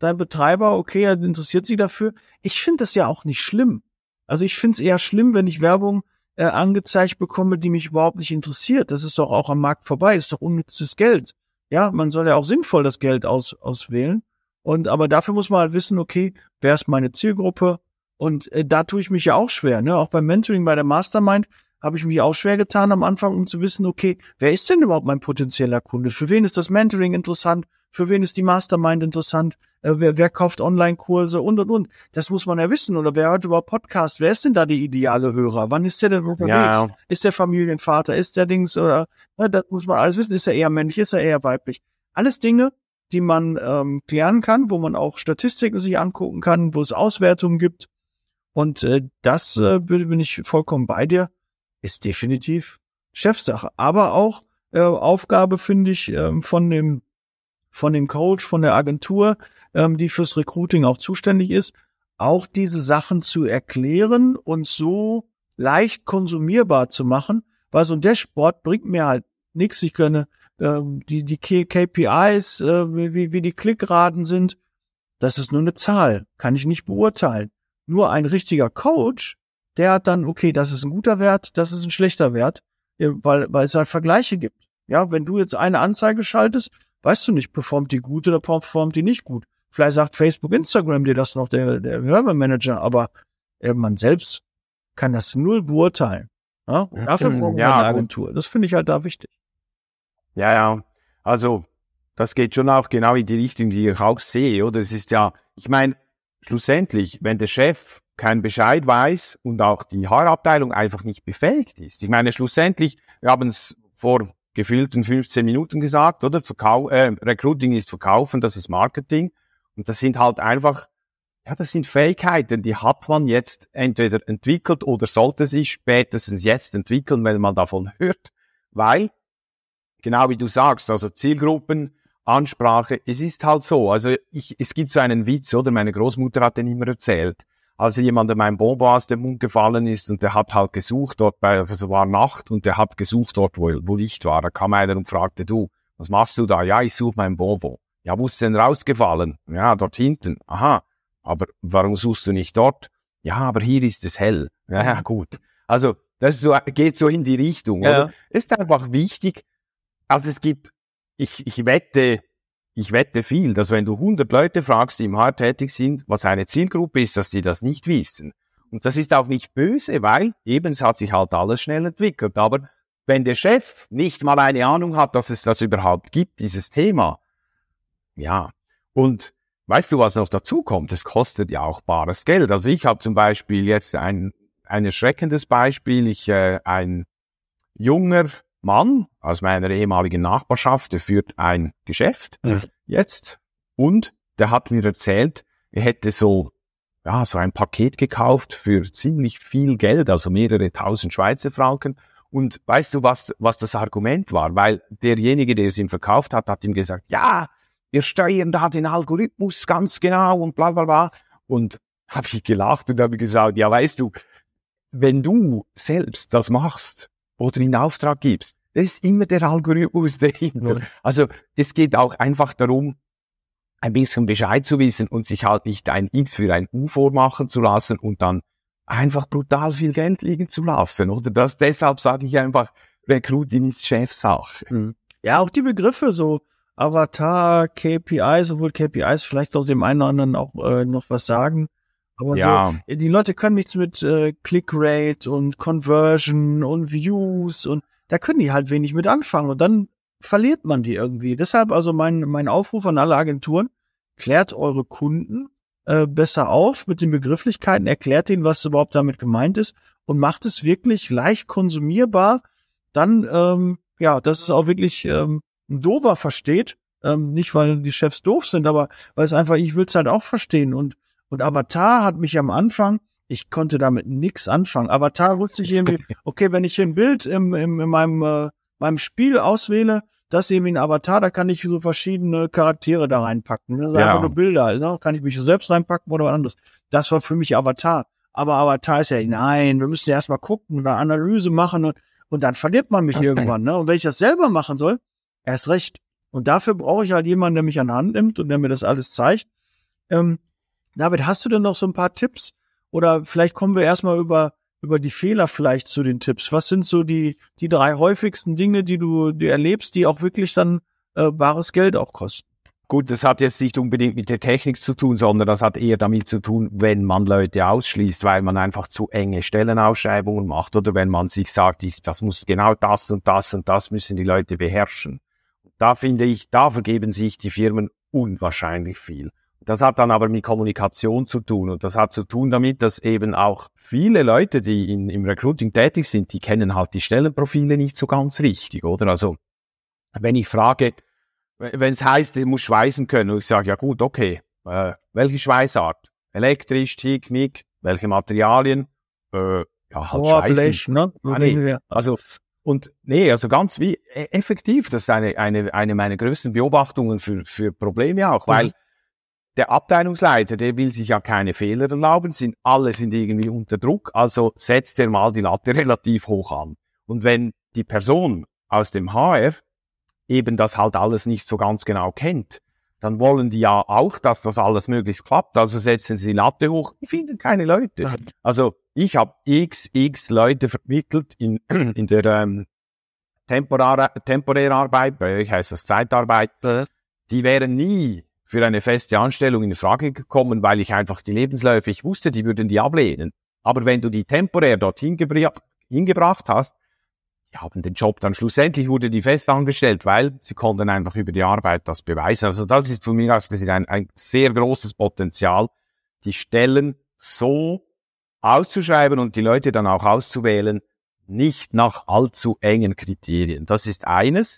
S1: dein Betreiber, okay, er interessiert sich dafür. Ich finde das ja auch nicht schlimm. Also ich finde es eher schlimm, wenn ich Werbung äh, angezeigt bekomme, die mich überhaupt nicht interessiert. Das ist doch auch am Markt vorbei, ist doch unnützes Geld. Ja, man soll ja auch sinnvoll das Geld aus, auswählen. Und aber dafür muss man halt wissen, okay, wer ist meine Zielgruppe? Und äh, da tue ich mich ja auch schwer. Ne? Auch beim Mentoring, bei der Mastermind habe ich mich auch schwer getan am Anfang, um zu wissen, okay, wer ist denn überhaupt mein potenzieller Kunde? Für wen ist das Mentoring interessant? Für wen ist die Mastermind interessant? Äh, wer, wer kauft Online-Kurse und, und, und. Das muss man ja wissen. Oder wer hört überhaupt Podcast? Wer ist denn da die ideale Hörer? Wann ist der denn unterwegs? Ja. Ist der Familienvater? Ist der Dings? Oder ne, das muss man alles wissen. Ist er eher männlich? Ist er eher weiblich? Alles Dinge, die man ähm, klären kann, wo man auch Statistiken sich angucken kann, wo es Auswertungen gibt. Und äh, das äh, bin ich vollkommen bei dir. Ist definitiv Chefsache. Aber auch äh, Aufgabe, finde ich, äh, von dem von dem Coach, von der Agentur, ähm, die fürs Recruiting auch zuständig ist, auch diese Sachen zu erklären und so leicht konsumierbar zu machen, weil so ein Dashboard bringt mir halt nichts. Ich kann ähm, die die K P Is, äh, wie, wie die Klickraten sind, das ist nur eine Zahl, kann ich nicht beurteilen. Nur ein richtiger Coach, der hat dann, okay, das ist ein guter Wert, das ist ein schlechter Wert, weil, weil es halt Vergleiche gibt. Ja, wenn du jetzt eine Anzeige schaltest, weißt du nicht, performt die gut oder performt die nicht gut. Vielleicht sagt Facebook, Instagram dir das noch, der, der Werbemanager, aber äh, man selbst kann das null beurteilen. Ja? Und dafür brauchen wir ja, eine Agentur. Gut. Das finde ich halt da wichtig.
S2: Ja, ja, also das geht schon auch genau in die Richtung, die ich auch sehe, oder? Es ist ja, ich meine, schlussendlich, wenn der Chef keinen Bescheid weiß und auch die H R-Abteilung einfach nicht befähigt ist. Ich meine, schlussendlich, wir haben es vor gefühlten fünfzehn Minuten gesagt, oder? Verkau- äh, Recruiting ist Verkaufen, das ist Marketing. Und das sind halt einfach, ja, das sind Fähigkeiten, die hat man jetzt entweder entwickelt oder sollte sich spätestens jetzt entwickeln, wenn man davon hört. Weil, genau wie du sagst, also Zielgruppen, Ansprache, es ist halt so. Also ich, es gibt so einen Witz, oder? Meine Großmutter hat den immer erzählt. Als jemandem ein Bonbon aus dem Mund gefallen ist und der hat halt gesucht dort bei, also es war Nacht und der hat gesucht dort, wo, wo Licht war. Da kam einer und fragte, du, was machst du da? Ja, ich suche mein Bonbon. Ja, wo ist denn rausgefallen? Ja, dort hinten. Aha. Aber warum suchst du nicht dort? Ja, aber hier ist es hell. Ja, ja gut. Also, das ist so, geht so in die Richtung, oder? Ja. Es ist einfach wichtig. Also es gibt, ich, ich wette, Ich wette viel, dass wenn du hundert Leute fragst, die im H R tätig sind, was eine Zielgruppe ist, dass die das nicht wissen. Und das ist auch nicht böse, weil eben es hat sich halt alles schnell entwickelt. Aber wenn der Chef nicht mal eine Ahnung hat, dass es das überhaupt gibt, dieses Thema, ja. Und weißt du, was noch dazu kommt? Es kostet ja auch bares Geld. Also ich habe zum Beispiel jetzt ein, ein erschreckendes Beispiel. Ich, äh, ein junger Mann aus meiner ehemaligen Nachbarschaft, der führt ein Geschäft ja. jetzt und der hat mir erzählt, er hätte so ja so ein Paket gekauft für ziemlich viel Geld, also mehrere tausend Schweizer Franken. Und weißt du, was was das Argument war? Weil derjenige, der es ihm verkauft hat, hat ihm gesagt, ja, wir steuern da den Algorithmus ganz genau und bla bla bla. Und habe ich gelacht und habe gesagt, ja, weißt du, wenn du selbst das machst, oder in Auftrag gibst. Das ist immer der Algorithmus dahinter. Ja. Also es geht auch einfach darum, ein bisschen Bescheid zu wissen und sich halt nicht ein X für ein U vormachen zu lassen und dann einfach brutal viel Geld liegen zu lassen. Oder das, deshalb sage ich einfach, Recruiting ist Chefsache.
S1: Ja, auch die Begriffe so Avatar, K P Is, obwohl K P Is vielleicht auch dem einen oder anderen auch äh, noch was sagen. Aber ja. so, die Leute können nichts mit äh, Clickrate und Conversion und Views und da können die halt wenig mit anfangen und dann verliert man die irgendwie. Deshalb also mein mein Aufruf an alle Agenturen, klärt eure Kunden äh, besser auf mit den Begrifflichkeiten, erklärt ihnen, was überhaupt damit gemeint ist und macht es wirklich leicht konsumierbar. Dann, ähm, ja, dass es auch wirklich ähm, ein Dober versteht. Ähm, nicht, weil die Chefs doof sind, aber weil es einfach, ich will es halt auch verstehen und Und Avatar hat mich am Anfang, ich konnte damit nix anfangen. Avatar wusste ich irgendwie, okay, wenn ich ein Bild im, im, in meinem, äh, meinem Spiel auswähle, das ist irgendwie ein Avatar, da kann ich so verschiedene Charaktere da reinpacken. Das sind ja. einfach nur Bilder, ne? Kann ich mich selbst reinpacken oder was anderes. Das war für mich Avatar. Aber Avatar ist ja, nein, wir müssen ja erstmal gucken und eine Analyse machen und, und dann verliert man mich okay. irgendwann. Ne? Und wenn ich das selber machen soll, erst recht. Und dafür brauche ich halt jemanden, der mich an die Hand nimmt und der mir das alles zeigt. Ähm, David, hast du denn noch so ein paar Tipps? Oder vielleicht kommen wir erstmal über über die Fehler vielleicht zu den Tipps. Was sind so die die drei häufigsten Dinge, die du die erlebst, die auch wirklich dann äh, bares Geld auch kosten?
S2: Gut, das hat jetzt nicht unbedingt mit der Technik zu tun, sondern das hat eher damit zu tun, wenn man Leute ausschließt, weil man einfach zu enge Stellenausschreibungen macht oder wenn man sich sagt, ich, das muss genau das und das und das müssen die Leute beherrschen. Da finde ich, da vergeben sich die Firmen unwahrscheinlich viel. Das hat dann aber mit Kommunikation zu tun und das hat zu tun damit, dass eben auch viele Leute, die in, im Recruiting tätig sind, die kennen halt die Stellenprofile nicht so ganz richtig, oder? Also, wenn ich frage, wenn es heißt, ich muss schweißen können, und ich sage, ja gut, okay, äh, welche Schweißart? Elektrisch, TIG, M I G, welche Materialien? Äh, ja, halt
S1: Rohrblech, ne?
S2: Ah, nee. Also, und nee, also ganz wie e- effektiv, das ist eine, eine, eine meiner größten Beobachtungen für, für Probleme auch, weil mhm. der Abteilungsleiter, der will sich ja keine Fehler erlauben, sind, alle sind irgendwie unter Druck, also setzt er mal die Latte relativ hoch an. Und wenn die Person aus dem H R eben das halt alles nicht so ganz genau kennt, dann wollen die ja auch, dass das alles möglichst klappt. Also setzen sie die Latte hoch, die finden keine Leute. Also ich habe x, x Leute vermittelt in, in der ähm, temporäre, temporäre Arbeit, bei euch heißt das Zeitarbeit, die wären nie für eine feste Anstellung in Frage gekommen, weil ich einfach die Lebensläufe, ich wusste, die würden die ablehnen. Aber wenn du die temporär dorthin gebra- hingebracht hast, die haben den Job dann schlussendlich, wurde die fest angestellt, weil sie konnten einfach über die Arbeit das beweisen. Also das ist von mir aus gesehen ein, ein sehr großes Potenzial, die Stellen so auszuschreiben und die Leute dann auch auszuwählen, nicht nach allzu engen Kriterien. Das ist eines.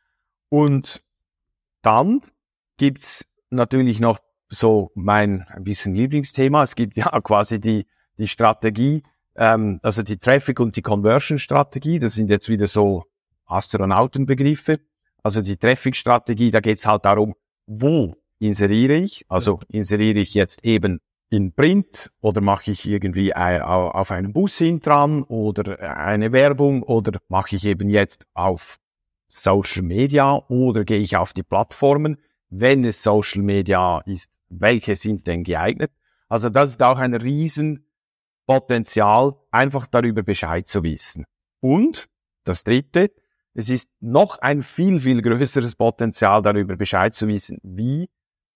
S2: Und dann gibt's natürlich noch so mein ein bisschen Lieblingsthema. Es gibt ja quasi die die Strategie, ähm, also die Traffic- und die Conversion-Strategie. Das sind jetzt wieder so Astronautenbegriffe. Also die Traffic-Strategie, da geht's halt darum, wo inseriere ich? Also inseriere ich jetzt eben in Print oder mache ich irgendwie äh, auf einen Bus hintran oder eine Werbung oder mache ich eben jetzt auf Social Media oder gehe ich auf die Plattformen? Wenn es Social Media ist, welche sind denn geeignet? Also das ist auch ein Riesenpotenzial, einfach darüber Bescheid zu wissen. Und das Dritte, es ist noch ein viel, viel größeres Potenzial, darüber Bescheid zu wissen, wie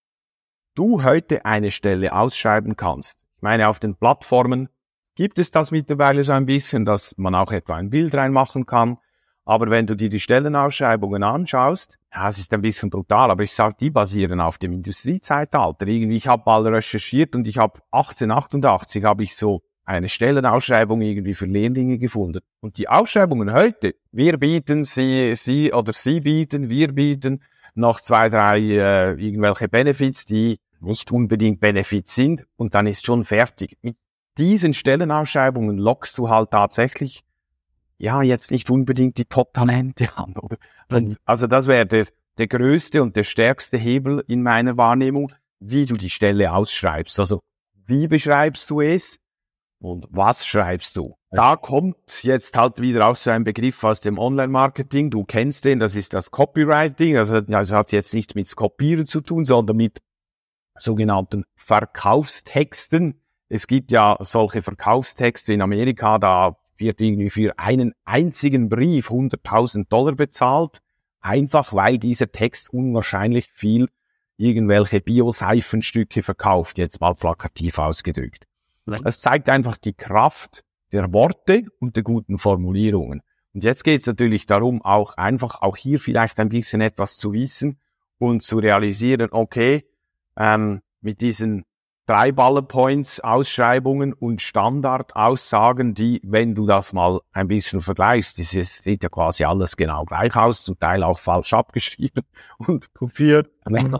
S2: du heute eine Stelle ausschreiben kannst. Ich meine, auf den Plattformen gibt es das mittlerweile so ein bisschen, dass man auch etwa ein Bild reinmachen kann. Aber wenn du dir die Stellenausschreibungen anschaust, ja, es ist ein bisschen brutal, aber ich sage, die basieren auf dem Industriezeitalter. Irgendwie, ich habe mal recherchiert und ich habe achtzehnhundertachtundachtzig habe ich so eine Stellenausschreibung irgendwie für Lehrlinge gefunden. Und die Ausschreibungen heute, wir bieten, sie, sie oder sie bieten, wir bieten noch zwei, drei äh, irgendwelche Benefits, die nicht unbedingt Benefits sind und dann ist schon fertig. Mit diesen Stellenausschreibungen lockst du halt tatsächlich ja, jetzt nicht unbedingt die Top-Talente an, oder? Und also das wäre der, der größte und der stärkste Hebel in meiner Wahrnehmung, wie du die Stelle ausschreibst. Also, wie beschreibst du es und was schreibst du? Da kommt jetzt halt wieder auch so ein Begriff aus dem Online-Marketing. Du kennst den, das ist das Copywriting. Also, also hat jetzt nicht mit Kopieren zu tun, sondern mit sogenannten Verkaufstexten. Es gibt ja solche Verkaufstexte in Amerika, da wird irgendwie für einen einzigen Brief hunderttausend Dollar bezahlt, einfach weil dieser Text unwahrscheinlich viel irgendwelche Bio-Seifenstücke verkauft, jetzt mal plakativ ausgedrückt. Das zeigt einfach die Kraft der Worte und der guten Formulierungen. Und jetzt geht es natürlich darum, auch einfach auch hier vielleicht ein bisschen etwas zu wissen und zu realisieren, okay, ähm, mit diesen drei Bullet Points, Ausschreibungen und Standardaussagen, die, wenn du das mal ein bisschen vergleichst, das sieht ja quasi alles genau gleich aus, zum Teil auch falsch abgeschrieben und kopiert. Wenn,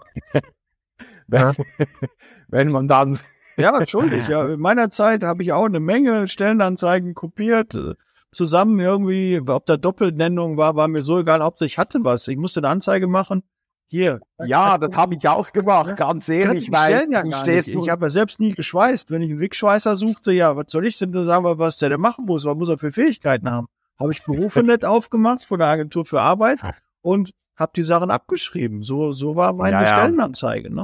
S2: wenn, wenn man dann...
S1: Ja, entschuldig, ja, in meiner Zeit habe ich auch eine Menge Stellenanzeigen kopiert, zusammen irgendwie, ob da Doppelnennung war, war mir so egal, Hauptsache ich hatte was. Ich musste eine Anzeige machen. Hier.
S2: Ja, das habe ich auch gemacht, ganz ehrlich.
S1: Die stellen ja gar nicht. Ich habe ja selbst nie geschweißt. Wenn ich einen Wegschweißer suchte, ja, was soll ich denn da sagen, was der denn machen muss? Was muss er für Fähigkeiten haben? Habe ich Berufe nicht aufgemacht von der Agentur für Arbeit und habe die Sachen abgeschrieben. So so war meine
S2: ja, ja.
S1: Stellenanzeige, ne?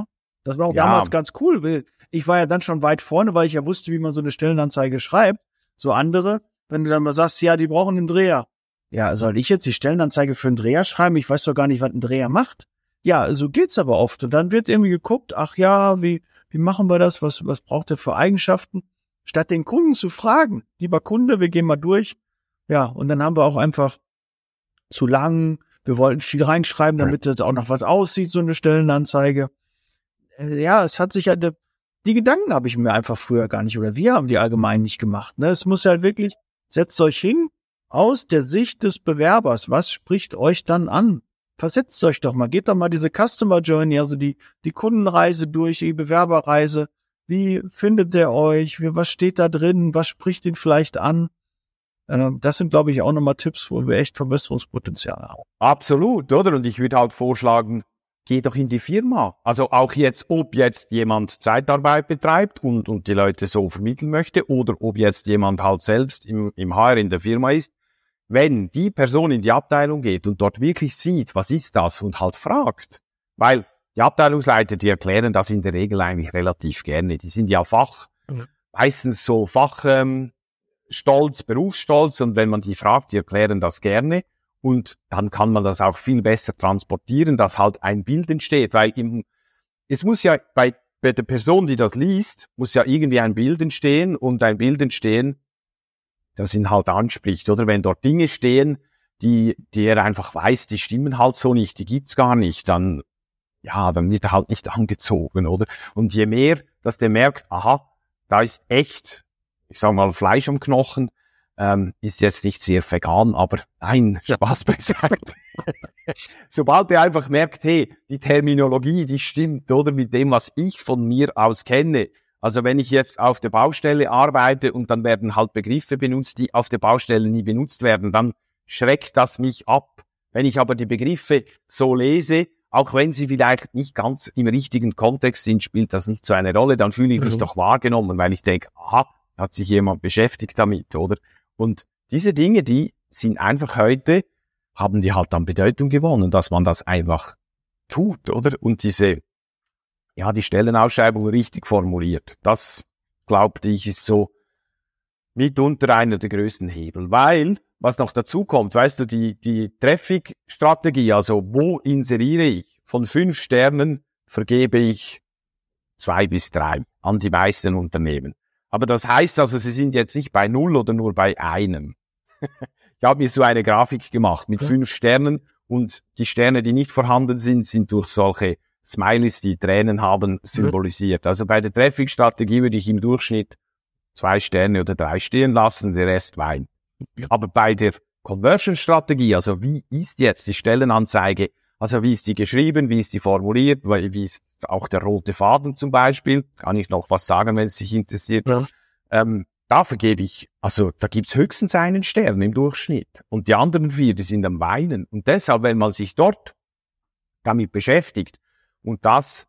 S1: Das war auch
S2: Ja.
S1: damals ganz cool, weil ich war ja dann schon weit vorne, weil ich ja wusste, wie man so eine Stellenanzeige schreibt. So andere, wenn du dann mal sagst, ja, die brauchen einen Dreher. Ja, soll ich jetzt die Stellenanzeige für einen Dreher schreiben? Ich weiß doch gar nicht, was ein Dreher macht. Ja, so geht's aber oft. Und dann wird irgendwie geguckt, ach ja, wie, wie machen wir das? Was, was braucht er für Eigenschaften? Statt den Kunden zu fragen, lieber Kunde, wir gehen mal durch. Ja, und dann haben wir auch einfach zu lang, wir wollten viel reinschreiben, damit das auch noch was aussieht, so eine Stellenanzeige. Äh, Ja, es hat sich ja, de, die Gedanken habe ich mir einfach früher gar nicht, oder wir haben die allgemein nicht gemacht. Ne? Es muss ja wirklich, setzt euch hin, aus der Sicht des Bewerbers, was spricht euch dann an? Versetzt euch doch mal, geht doch mal diese Customer Journey, also die, die Kundenreise durch, die Bewerberreise. Wie findet der euch? Wie, was steht da drin? Was spricht ihn vielleicht an? Äh, das sind, glaube ich, auch nochmal Tipps, wo wir echt Verbesserungspotenzial haben.
S2: Absolut, oder? Und ich würde halt vorschlagen, geh doch in die Firma. Also auch jetzt, ob jetzt jemand Zeitarbeit betreibt und, und die Leute so vermitteln möchte oder ob jetzt jemand halt selbst im, im H R in der Firma ist. Wenn die Person in die Abteilung geht und dort wirklich sieht, was ist das und halt fragt, weil die Abteilungsleiter, die erklären das in der Regel eigentlich relativ gerne. Die sind ja Fach, mhm. meistens so Fachstolz, ähm, Stolz, Berufsstolz, und wenn man die fragt, die erklären das gerne. Und dann kann man das auch viel besser transportieren, dass halt ein Bild entsteht, weil im, es muss ja bei, bei der Person, die das liest, muss ja irgendwie ein Bild entstehen und ein Bild entstehen, das ihn halt anspricht, oder? Wenn dort Dinge stehen, die, die er einfach weiß, die stimmen halt so nicht, die gibt's gar nicht, dann, ja, dann wird er halt nicht angezogen, oder? Und je mehr, dass der merkt, aha, da ist echt, ich sag mal, Fleisch am Knochen, Ähm, ist jetzt nicht sehr vegan, aber nein, Spaß beiseite. Sobald er einfach merkt, hey, die Terminologie, die stimmt, oder, mit dem, was ich von mir aus kenne. Also wenn ich jetzt auf der Baustelle arbeite und dann werden halt Begriffe benutzt, die auf der Baustelle nie benutzt werden, dann schreckt das mich ab. Wenn ich aber die Begriffe so lese, auch wenn sie vielleicht nicht ganz im richtigen Kontext sind, spielt das nicht so eine Rolle, dann fühle ich mich mhm. doch wahrgenommen, weil ich denke, aha, hat sich jemand beschäftigt damit, oder? Und diese Dinge, die sind einfach heute, haben die halt an Bedeutung gewonnen, dass man das einfach tut, oder? Und diese, ja, die Stellenausschreibung richtig formuliert. Das, glaubte ich, ist so mitunter einer der größten Hebel. Weil, was noch dazu kommt, weißt du, die, die Traffic-Strategie, also wo inseriere ich? Von fünf Sternen vergebe ich zwei bis drei an die meisten Unternehmen. Aber das heißt also, sie sind jetzt nicht bei null oder nur bei einem. Ich habe mir so eine Grafik gemacht mit okay. fünf Sternen und die Sterne, die nicht vorhanden sind, sind durch solche Smileys, die Tränen haben, symbolisiert. Also bei der Traffic-Strategie würde ich im Durchschnitt zwei Sterne oder drei stehen lassen, der Rest Wein. Aber bei der Conversion-Strategie, also wie ist jetzt die Stellenanzeige, also wie ist die geschrieben, wie ist die formuliert, wie ist auch der rote Faden zum Beispiel, kann ich noch was sagen, wenn es sich interessiert. Ja. Ähm, da vergebe ich, also da gibt's höchstens einen Stern im Durchschnitt und die anderen vier, die sind am Weinen. Und deshalb, wenn man sich dort damit beschäftigt, und das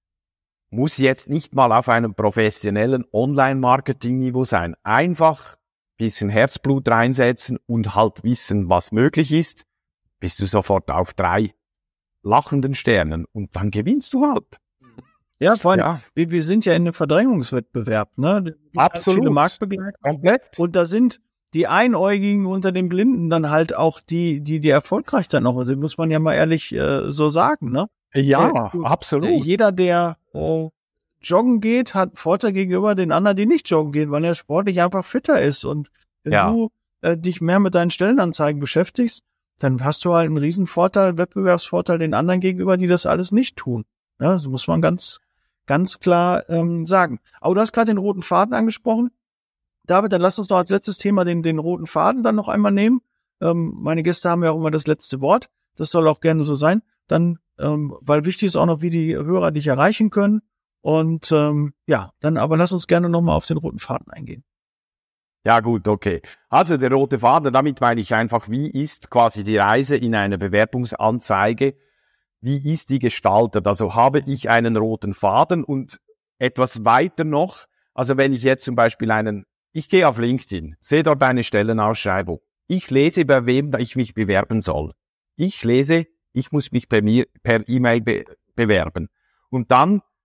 S2: muss jetzt nicht mal auf einem professionellen Online-Marketing-Niveau sein, einfach ein bisschen Herzblut reinsetzen und halt wissen, was möglich ist, bist du sofort auf drei lachenden Sternen und dann gewinnst du halt.
S1: Ja, vor allem, ja. Wir, wir sind ja in einem Verdrängungswettbewerb, ne?
S2: Absolut.
S1: Viele Marktbegleiter.
S2: Komplett.
S1: Und da sind die Einäugigen unter den Blinden dann halt auch die, die, die erfolgreich dann noch sind, muss man ja mal ehrlich äh, so sagen, ne?
S2: Ja,
S1: äh,
S2: absolut.
S1: Äh, jeder, der äh, joggen geht, hat einen Vorteil gegenüber den anderen, die nicht joggen gehen, weil er sportlich einfach fitter ist. Und wenn ja. du äh, dich mehr mit deinen Stellenanzeigen beschäftigst, dann hast du halt einen riesen Vorteil, Wettbewerbsvorteil den anderen gegenüber, die das alles nicht tun. Ja, das muss man ganz, ganz klar ähm, sagen. Aber du hast gerade den roten Faden angesprochen. David, dann lass uns doch als letztes Thema den, den roten Faden dann noch einmal nehmen. Ähm, meine Gäste haben ja auch immer das letzte Wort. Das soll auch gerne so sein. Dann, ähm, weil wichtig ist auch noch, wie die Hörer dich erreichen können. Und ähm, ja, dann aber lass uns gerne nochmal auf den roten Faden eingehen.
S2: Ja gut, okay. Also der rote Faden, damit meine ich einfach, wie ist quasi die Reise in einer Bewerbungsanzeige, wie ist die gestaltet? Also habe ich einen roten Faden und etwas weiter noch, also wenn ich jetzt zum Beispiel einen, ich gehe auf LinkedIn, sehe dort eine Stellenausschreibung, ich lese, bei wem ich mich bewerben soll. Ich lese, ich muss mich per, mir, per E-Mail be- bewerben. Und dann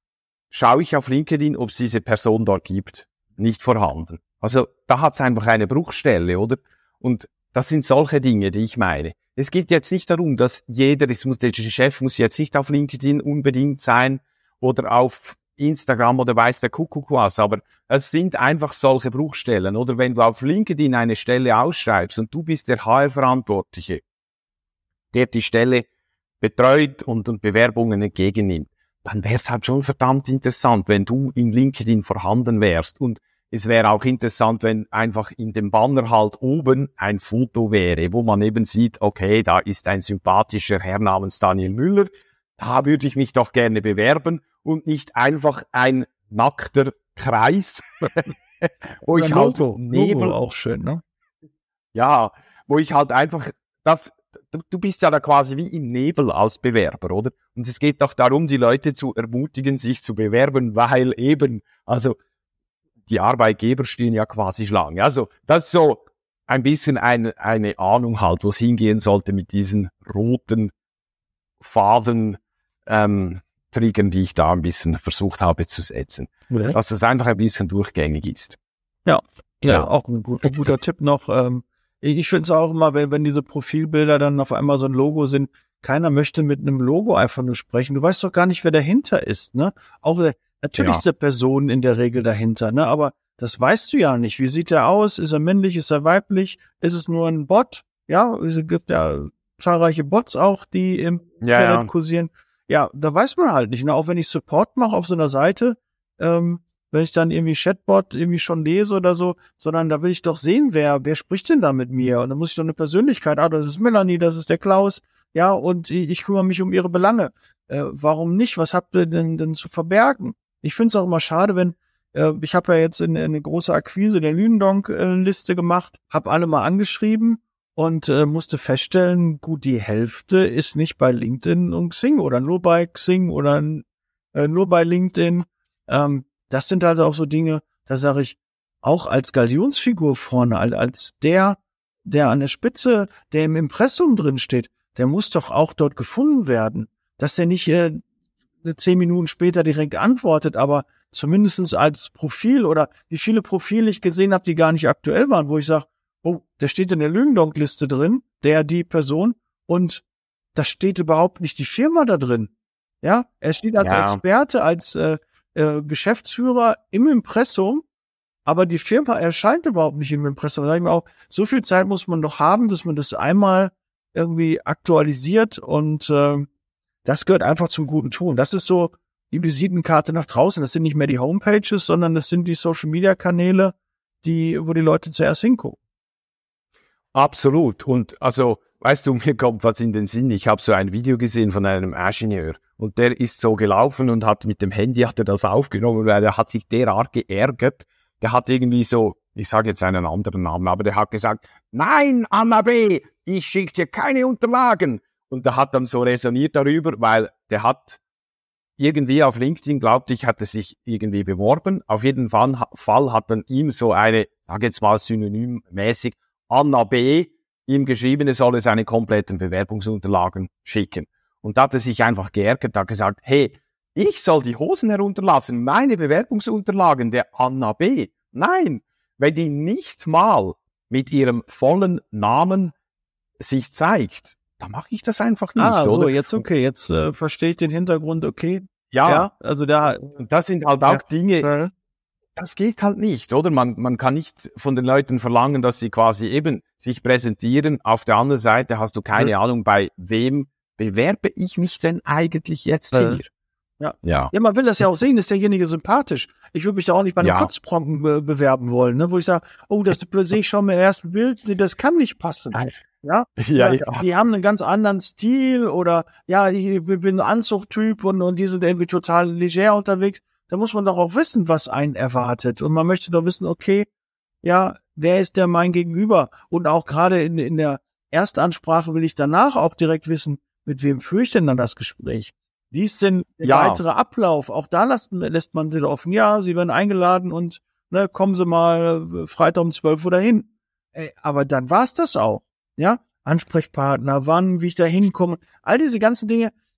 S2: schaue ich auf LinkedIn, ob es diese Person dort gibt. Nicht vorhanden. Also da hat es einfach eine Bruchstelle, oder? Und das sind solche Dinge, die ich meine. Es geht jetzt nicht darum, dass jeder, es muss, der Chef muss jetzt nicht auf LinkedIn unbedingt sein oder auf Instagram oder weiß der Kuckuck was, aber es sind einfach solche Bruchstellen. Oder wenn du auf LinkedIn eine Stelle ausschreibst und du bist der H R-Verantwortliche, der die Stelle betreut und, und Bewerbungen entgegennimmt, dann wäre es halt schon verdammt interessant, wenn du in LinkedIn vorhanden wärst. Und es wäre auch interessant, wenn einfach in dem Banner halt oben ein Foto wäre, wo man eben sieht, okay, da ist ein sympathischer Herr namens Daniel Müller, da würde ich mich doch gerne bewerben und nicht einfach ein nackter Kreis, wo ich halt
S1: Logo,
S2: Nebel,
S1: Logo auch schön, ne?
S2: Ja, wo ich halt einfach, das, du bist ja da quasi wie im Nebel als Bewerber, oder? Und es geht doch darum, die Leute zu ermutigen, sich zu bewerben, weil eben, also die Arbeitgeber stehen ja quasi Schlange. Also das ist so ein bisschen eine, eine Ahnung halt, wo es hingehen sollte mit diesen roten Faden, ähm, Triggern, die ich da ein bisschen versucht habe zu setzen. Ja. Dass es einfach ein bisschen durchgängig ist.
S1: Ja, ja, ja. Auch ein, gut, ein guter Tipp noch. Ähm, ich finde es auch immer, wenn, wenn diese Profilbilder dann auf einmal so ein Logo sind, keiner möchte mit einem Logo einfach nur sprechen. Du weißt doch gar nicht, wer dahinter ist, ne? Auch natürlich ja. ist der Person in der Regel dahinter, ne? Aber das weißt du ja nicht. Wie sieht er aus? Ist er männlich? Ist er weiblich? Ist es nur ein Bot? Ja, es gibt ja zahlreiche Bots auch, die im
S2: ja,
S1: Internet
S2: ja.
S1: kursieren. Ja, da weiß man halt nicht. Ne? Auch wenn ich Support mache auf so einer Seite, ähm, wenn ich dann irgendwie Chatbot irgendwie schon lese oder so, sondern da will ich doch sehen, wer, wer spricht denn da mit mir? Und dann muss ich doch eine Persönlichkeit, ah, das ist Melanie, das ist der Klaus, ja, und ich, ich kümmere mich um ihre Belange. Äh, warum nicht? Was habt ihr denn, denn zu verbergen? Ich finde es auch immer schade, wenn, äh, ich habe ja jetzt eine, eine große Akquise der Lünendonk-Liste gemacht, habe alle mal angeschrieben, und äh, musste feststellen, gut, die Hälfte ist nicht bei LinkedIn und Xing oder nur bei Xing oder äh, nur bei LinkedIn. Ähm, das sind halt auch so Dinge, da sage ich, auch als Galionsfigur vorne, als der, der an der Spitze, der im Impressum drin steht, der muss doch auch dort gefunden werden. Dass der nicht äh, zehn Minuten später direkt antwortet, aber zumindestens als Profil oder wie viele Profile ich gesehen habe, die gar nicht aktuell waren, wo ich sage, oh, der steht in der Lünendonk-Liste drin, der, die Person, und da steht überhaupt nicht die Firma da drin. Ja, er steht als ja. Experte, als äh, äh, Geschäftsführer im Impressum, aber die Firma erscheint überhaupt nicht im Impressum. Da sag ich mir auch, so viel Zeit muss man doch haben, dass man das einmal irgendwie aktualisiert, und äh, das gehört einfach zum guten Ton. Das ist so die Visitenkarte nach draußen. Das sind nicht mehr die Homepages, sondern das sind die Social-Media-Kanäle, die, wo die Leute zuerst hingucken.
S2: Absolut. Und also, weißt du, mir kommt was in den Sinn. Ich habe so ein Video gesehen von einem Ingenieur und der ist so gelaufen und hat mit dem Handy hat er das aufgenommen, weil er hat sich derart geärgert. Der hat irgendwie so, ich sage jetzt einen anderen Namen, aber der hat gesagt, nein, Anna B., ich schicke dir keine Unterlagen. Und der hat dann so resoniert darüber, weil der hat irgendwie auf LinkedIn, glaubt ich, hat er sich irgendwie beworben. Auf jeden Fall, Fall hat dann ihm so eine, sage jetzt mal synonymmäßig, Anna B. ihm geschrieben, er solle seine kompletten Bewerbungsunterlagen schicken. Und da hat er sich einfach geärgert, hat gesagt, hey, ich soll die Hosen herunterlassen, meine Bewerbungsunterlagen der Anna B. Nein, wenn die nicht mal mit ihrem vollen Namen sich zeigt, dann mache ich das einfach nicht,
S1: ah, so,
S2: oder?
S1: jetzt okay, jetzt äh, verstehe ich den Hintergrund, okay.
S2: Ja,
S1: ja also da,
S2: und das sind halt auch
S1: ja.
S2: Dinge,
S1: ja.
S2: das geht halt nicht, oder? Man, man kann nicht von den Leuten verlangen, dass sie quasi eben sich präsentieren. Auf der anderen Seite hast du keine ja. Ahnung, bei wem bewerbe ich mich denn eigentlich jetzt
S1: ja.
S2: hier?
S1: Ja. ja. Ja, man will das ja auch sehen, ist derjenige sympathisch. Ich würde mich da auch nicht bei einem ja. Kotzbronken be- bewerben wollen, ne? Wo ich sage, oh, das sehe ich schon im ersten Bild, das kann nicht passen. Ja?
S2: Ja, ja.
S1: Die haben einen ganz anderen Stil oder ja, ich bin ein Anzugtyp und, und die sind irgendwie total leger unterwegs. Da muss man doch auch wissen, was einen erwartet. Und man möchte doch wissen, okay, ja, wer ist der mein Gegenüber? Und auch gerade in, in der Erstansprache will ich danach auch direkt wissen, mit wem führe ich denn dann das Gespräch? Wie ist denn der ja. weitere Ablauf? Auch da lässt, lässt man sie offen. Ja, sie werden eingeladen und ne, kommen Sie mal Freitag um zwölf Uhr dahin. Ey, aber dann war's das auch. Ja, Ansprechpartner, wann, wie ich da hinkomme. All diese ganzen Dinge,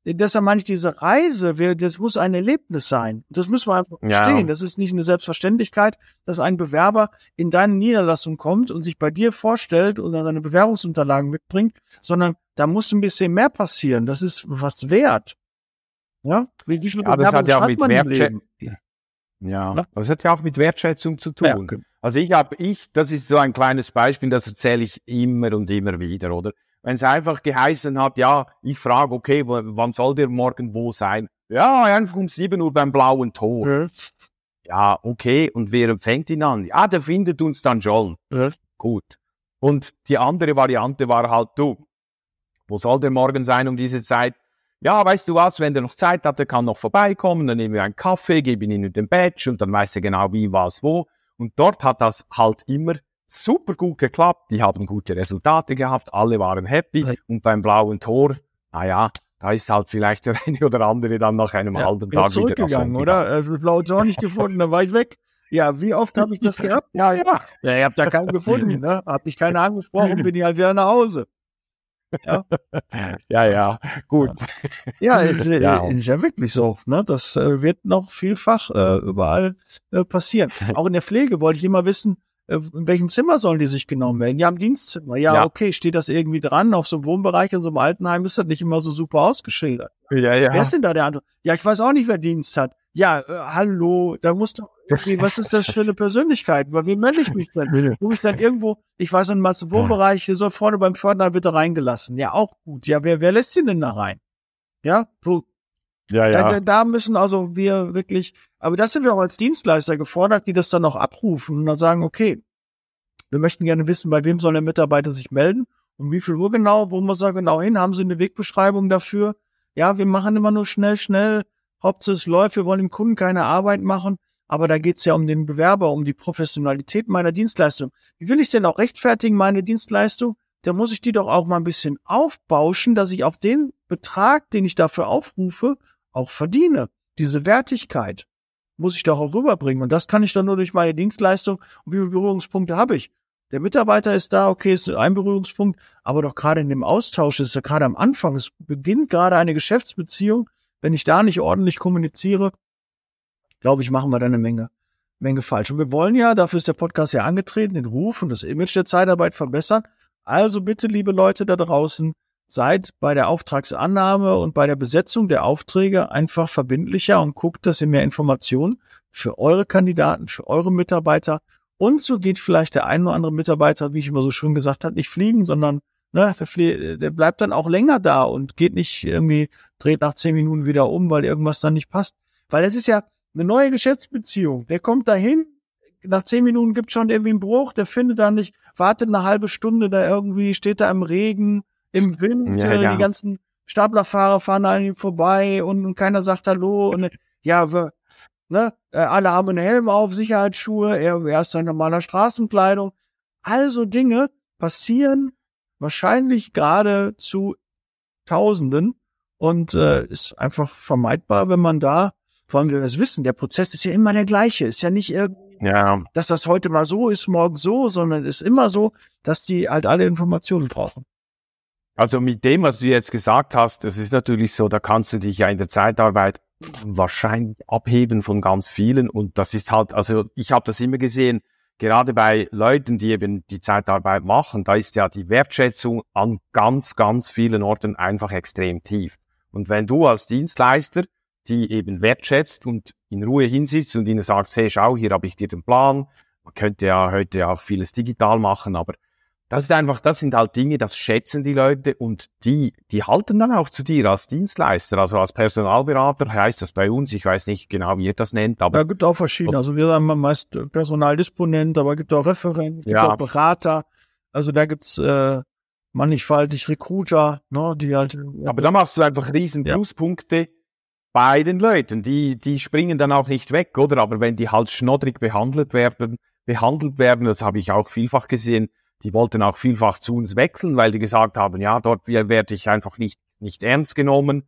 S1: deshalb meine ich, diese Reise, wir, das muss ein Erlebnis sein. Das müssen wir einfach verstehen. Ja. Das ist nicht eine Selbstverständlichkeit, dass ein Bewerber in deine Niederlassung kommt und sich bei dir vorstellt oder seine Bewerbungsunterlagen mitbringt, sondern da muss ein bisschen mehr passieren. Das ist was wert. Ja, wie, wie
S2: ja das hat ja auch mit Wertschätzung. Ja, Na? das hat ja auch mit Wertschätzung zu tun. Ja, okay. Also ich habe, ich, das ist so ein kleines Beispiel, das erzähle ich immer und immer wieder, oder? Wenn es einfach geheißen hat, ja, ich frage, okay, w- wann soll der morgen wo sein? Ja, einfach um sieben Uhr beim Blauen Tor. Ja, ja okay, und wer empfängt ihn an? Ja, der findet uns dann schon. Ja. Gut. Und die andere Variante war halt, du, wo soll der morgen sein um diese Zeit? Ja, weißt du was, wenn der noch Zeit hat, der kann noch vorbeikommen, dann nehmen wir einen Kaffee, geben ihn in den Badge und dann weiß er genau wie, was, wo. Und dort hat das halt immer super gut geklappt, die haben gute Resultate gehabt, alle waren happy ja. Und beim Blauen Tor, naja, da ist halt vielleicht der eine oder andere dann nach einem ja, halben Tag wieder
S1: zurückgegangen, oder? Äh, Blauen Tor nicht gefunden, dann war ich weg. Ja, wie oft habe ich das gehabt? Ja, ja. Ja, ihr habt ja keinen gefunden, ne? Hab ich keinen angesprochen, bin ich halt wieder nach Hause. Ja,
S2: ja, ja, gut.
S1: Ja, es ja. ist ja wirklich so. Ne? Das äh, wird noch vielfach äh, überall äh, passieren. Auch in der Pflege wollte ich immer wissen, äh, in welchem Zimmer sollen die sich genau melden? Ja, im Dienstzimmer. Ja, ja, okay, steht das irgendwie dran? Auf so einem Wohnbereich in so einem Altenheim ist das nicht immer so super ausgeschildert. Ja, ja. Wer ist denn da der andere? Ja, ich weiß auch nicht, wer Dienst hat. Ja, äh, hallo, da muss doch irgendwie, was ist das für eine Persönlichkeit? Bei wem melde ich mich denn? Rufe ich dann irgendwo, ich weiß nicht mal zum Wohnbereich, hier soll vorne beim Pförtner bitte reingelassen. Ja, auch gut. Ja, wer, wer lässt ihn denn da rein? Ja, wo, ja, ja. Da, da müssen also wir wirklich, aber das sind wir auch als Dienstleister gefordert, die das dann auch abrufen und dann sagen, okay, wir möchten gerne wissen, bei wem soll der Mitarbeiter sich melden und wie viel Uhr genau, wo muss er genau hin, haben Sie eine Wegbeschreibung dafür? Ja, wir machen immer nur schnell, schnell, Hauptsache es läuft, wir wollen dem Kunden keine Arbeit machen, aber da geht's ja um den Bewerber, um die Professionalität meiner Dienstleistung. Wie will ich denn auch rechtfertigen, meine Dienstleistung? Da muss ich die doch auch mal ein bisschen aufbauschen, dass ich auf den Betrag, den ich dafür aufrufe, auch verdiene. Diese Wertigkeit muss ich doch auch rüberbringen. Und das kann ich dann nur durch meine Dienstleistung. Und wie viele Berührungspunkte habe ich? Der Mitarbeiter ist da, okay, ist ein Berührungspunkt, aber doch gerade in dem Austausch, ist ja gerade am Anfang, es beginnt gerade eine Geschäftsbeziehung. Wenn ich da nicht ordentlich kommuniziere, glaube ich, machen wir da eine Menge, Menge falsch. Und wir wollen ja, dafür ist der Podcast ja angetreten, den Ruf und das Image der Zeitarbeit verbessern. Also bitte, liebe Leute da draußen, seid bei der Auftragsannahme und bei der Besetzung der Aufträge einfach verbindlicher und guckt, dass ihr mehr Informationen für eure Kandidaten, für eure Mitarbeiter und so geht vielleicht der ein oder andere Mitarbeiter, wie ich immer so schön gesagt habe, nicht fliegen, sondern ne, der, flie- der bleibt dann auch länger da und geht nicht irgendwie, dreht nach zehn Minuten wieder um, weil irgendwas dann nicht passt. Weil das ist ja eine neue Geschäftsbeziehung. Der kommt dahin, nach zehn Minuten gibt schon irgendwie einen Bruch, der findet da nicht, wartet eine halbe Stunde da irgendwie, steht da im Regen, im Wind, ja, ja. Die ganzen Staplerfahrer fahren an ihm vorbei und, und keiner sagt Hallo und ja, wir, ne, alle haben einen Helm auf, Sicherheitsschuhe, er, er ist in normaler Straßenkleidung. Also Dinge passieren wahrscheinlich gerade zu Tausenden und äh, ist einfach vermeidbar, wenn man da, vor allem wir das wissen, der Prozess ist ja immer der gleiche, ist ja nicht irgendwie, ja. dass das heute mal so ist, morgen so, sondern ist immer so, dass die halt alle Informationen brauchen.
S2: Also mit dem, was du jetzt gesagt hast, das ist natürlich so, da kannst du dich ja in der Zeitarbeit wahrscheinlich abheben von ganz vielen und das ist halt, also ich habe das immer gesehen, gerade bei Leuten, die eben die Zeitarbeit machen, da ist ja die Wertschätzung an ganz, ganz vielen Orten einfach extrem tief. Und wenn du als Dienstleister die eben wertschätzt und in Ruhe hinsitzt und ihnen sagst, hey, schau, hier habe ich dir den Plan, man könnte ja heute auch vieles digital machen, aber das ist einfach, das sind halt Dinge, das schätzen die Leute und die, die halten dann auch zu dir als Dienstleister, also als Personalberater heißt das bei uns, ich weiß nicht genau, wie ihr das nennt, aber.
S1: Ja, gibt auch verschiedene, also wir sagen meist Personaldisponent, aber gibt auch Referent, gibt ja. auch Berater, also da gibt's, äh, mannigfaltig Recruiter, ne, die halt.
S2: Aber da machst du einfach riesen Pluspunkte ja. bei den Leuten, die, die springen dann auch nicht weg, oder? Aber wenn die halt schnoddrig behandelt werden, behandelt werden, das habe ich auch vielfach gesehen, die wollten auch vielfach zu uns wechseln, weil die gesagt haben, ja, dort werde ich einfach nicht, nicht ernst genommen.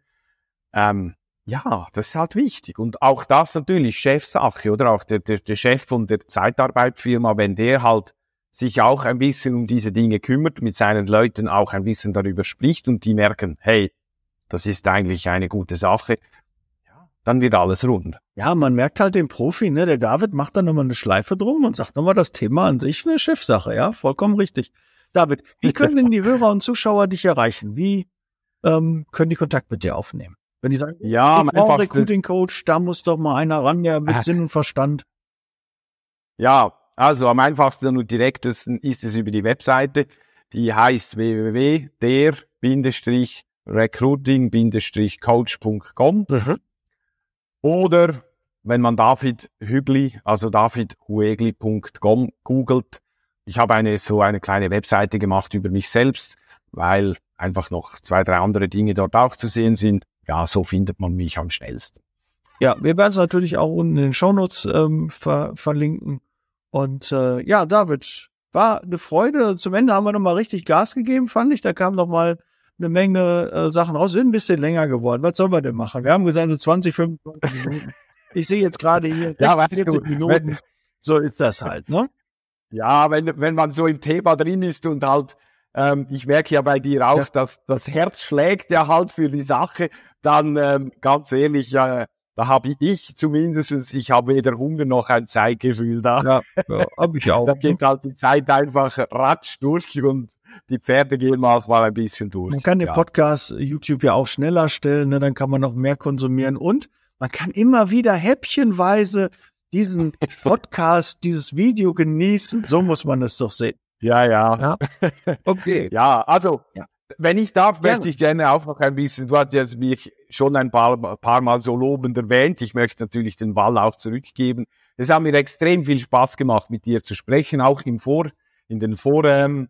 S2: Ähm, ja, das ist halt wichtig. Und auch das natürlich Chefsache, oder? Auch der, der, der Chef von der Zeitarbeitsfirma, wenn der halt sich auch ein bisschen um diese Dinge kümmert, mit seinen Leuten auch ein bisschen darüber spricht und die merken, hey, das ist eigentlich eine gute Sache. Ja, dann wird alles rund.
S1: Ja, man merkt halt den Profi, ne? Der David macht dann nochmal eine Schleife drum und sagt nochmal, das Thema an sich eine Chefsache, ja, vollkommen richtig. David, wie können denn die Hörer und Zuschauer dich erreichen? Wie ähm, können die Kontakt mit dir aufnehmen? Wenn die sagen,
S2: ja,
S1: ich brauche einen Recruiting-Coach, da muss doch mal einer ran, der mit äh. Sinn und Verstand.
S2: Ja, also am einfachsten und direktesten ist es über die Webseite, die heißt w w w punkt der recruiting coach punkt com mhm. Oder wenn man David Hügli, also david huegli punkt com googelt, ich habe eine so eine kleine Webseite gemacht über mich selbst, weil einfach noch zwei, drei andere Dinge dort auch zu sehen sind. Ja, so findet man mich am schnellsten.
S1: Ja, wir werden es natürlich auch unten in den Shownotes ähm, ver- verlinken. Und äh, ja, David, war eine Freude. Zum Ende haben wir nochmal richtig Gas gegeben, fand ich. Da kam nochmal eine Menge äh, Sachen raus. Sind ein bisschen länger geworden. Was sollen wir denn machen? Wir haben gesagt, so zwanzig, fünfundzwanzig Minuten. Ich sehe jetzt gerade hier
S2: ja,
S1: sechsundvierzig Minuten. Wenn, so ist das halt, ne?
S2: Ja, wenn, wenn man so im Thema drin ist und halt, ähm, ich merke ja bei dir auch, ja. dass das Herz schlägt ja halt für die Sache, dann ähm, ganz ehrlich, äh, da habe ich zumindest, ich habe weder Hunger noch ein Zeitgefühl da.
S1: Ja, ja habe ich auch.
S2: Da geht halt die Zeit einfach ratsch durch und die Pferde gehen manchmal ein bisschen durch.
S1: Man kann den
S2: ja.
S1: Podcast YouTube ja auch schneller stellen, ne? Dann kann man noch mehr konsumieren und man kann immer wieder häppchenweise diesen Podcast, dieses Video genießen. So muss man es doch sehen.
S2: Ja, ja.
S1: ja. Okay.
S2: Ja, also, ja. wenn ich darf,
S1: ja.
S2: möchte ich gerne auch noch ein bisschen, du hast jetzt mich schon ein paar, paar Mal so lobend erwähnt. Ich möchte natürlich den Ball auch zurückgeben. Es hat mir extrem viel Spaß gemacht, mit dir zu sprechen, auch im Vor, in den Foren,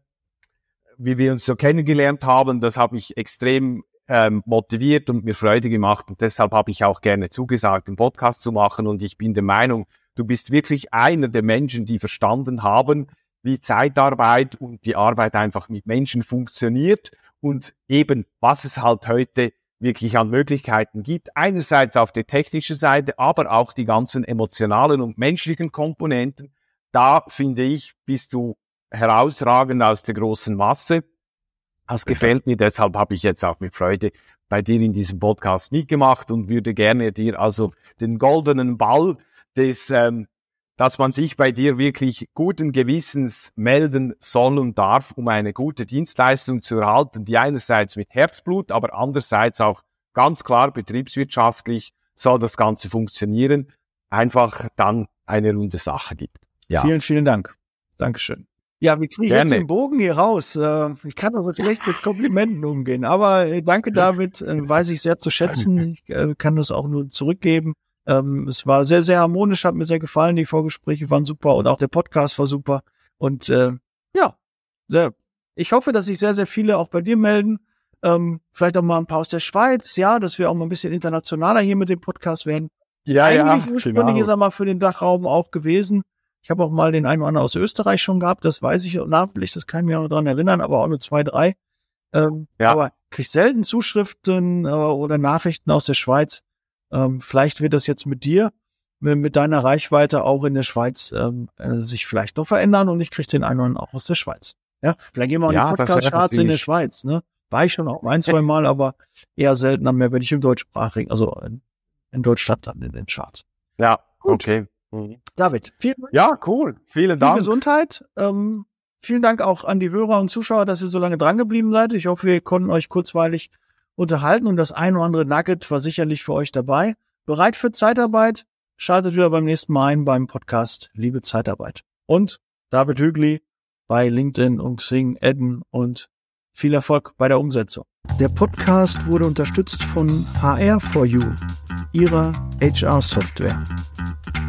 S2: wie wir uns so kennengelernt haben. Das hat mich extrem ähm, motiviert und mir Freude gemacht. Und deshalb habe ich auch gerne zugesagt, den Podcast zu machen. Und ich bin der Meinung, du bist wirklich einer der Menschen, die verstanden haben, wie Zeitarbeit und die Arbeit einfach mit Menschen funktioniert und eben, was es halt heute wirklich an Möglichkeiten gibt. Einerseits auf der technischen Seite, aber auch die ganzen emotionalen und menschlichen Komponenten. Da, finde ich, bist du herausragend aus der großen Masse. Das gefällt mir, deshalb habe ich jetzt auch mit Freude bei dir in diesem Podcast mitgemacht und würde gerne dir also den goldenen Ball des, ähm, dass man sich bei dir wirklich guten Gewissens melden soll und darf, um eine gute Dienstleistung zu erhalten, die einerseits mit Herzblut, aber andererseits auch ganz klar betriebswirtschaftlich soll das Ganze funktionieren, einfach dann eine runde Sache gibt.
S1: Ja. Vielen, vielen Dank. Dankeschön. Ja, wie kriege ich jetzt den Bogen hier raus? Ich kann aber schlecht mit Komplimenten umgehen, aber danke, David, weiß ich sehr zu schätzen. Ich kann das auch nur zurückgeben. Es war sehr, sehr harmonisch, hat mir sehr gefallen. Die Vorgespräche waren super und auch der Podcast war super. Und äh, ja, sehr, ich hoffe, dass sich sehr, sehr viele auch bei dir melden. Ähm, vielleicht auch mal ein paar aus der Schweiz, ja, dass wir auch mal ein bisschen internationaler hier mit dem Podcast werden.
S2: Ja,
S1: Eigentlich
S2: ja,
S1: ursprünglich
S2: genau.
S1: ist er mal für den Dachraum auch gewesen. Ich habe auch mal den einen oder anderen aus Österreich schon gehabt, das weiß ich namentlich, das kann ich mir auch noch dran erinnern, aber auch nur zwei, drei. Ähm, ja. Aber krieg selten Zuschriften äh, oder Nachrichten aus der Schweiz. Ähm, vielleicht wird das jetzt mit dir, mit, mit deiner Reichweite auch in der Schweiz ähm, äh, sich vielleicht noch verändern und ich krieg den einen oder anderen auch aus der Schweiz. Ja, vielleicht gehen wir auch
S2: ja,
S1: in die Podcast-Charts in der Schweiz, ne? War ich schon auch ein, zwei Mal, aber eher seltener mehr, wenn ich im deutschsprachigen, also in, in Deutschland dann in den Charts.
S2: Ja, gut. Okay. Mhm.
S1: David, vielen Dank.
S2: Ja, cool. Vielen Dank.
S1: Viel Gesundheit. Ähm, vielen Dank auch an die Hörer und Zuschauer, dass ihr so lange dran geblieben seid. Ich hoffe, wir konnten euch kurzweilig unterhalten und das ein oder andere Nugget war sicherlich für euch dabei. Bereit für Zeitarbeit? Schaltet wieder beim nächsten Mal ein beim Podcast Liebe Zeitarbeit. Und David Hügli bei LinkedIn und Xing adden und viel Erfolg bei der Umsetzung. Der Podcast wurde unterstützt von H R for You, ihrer H R-Software.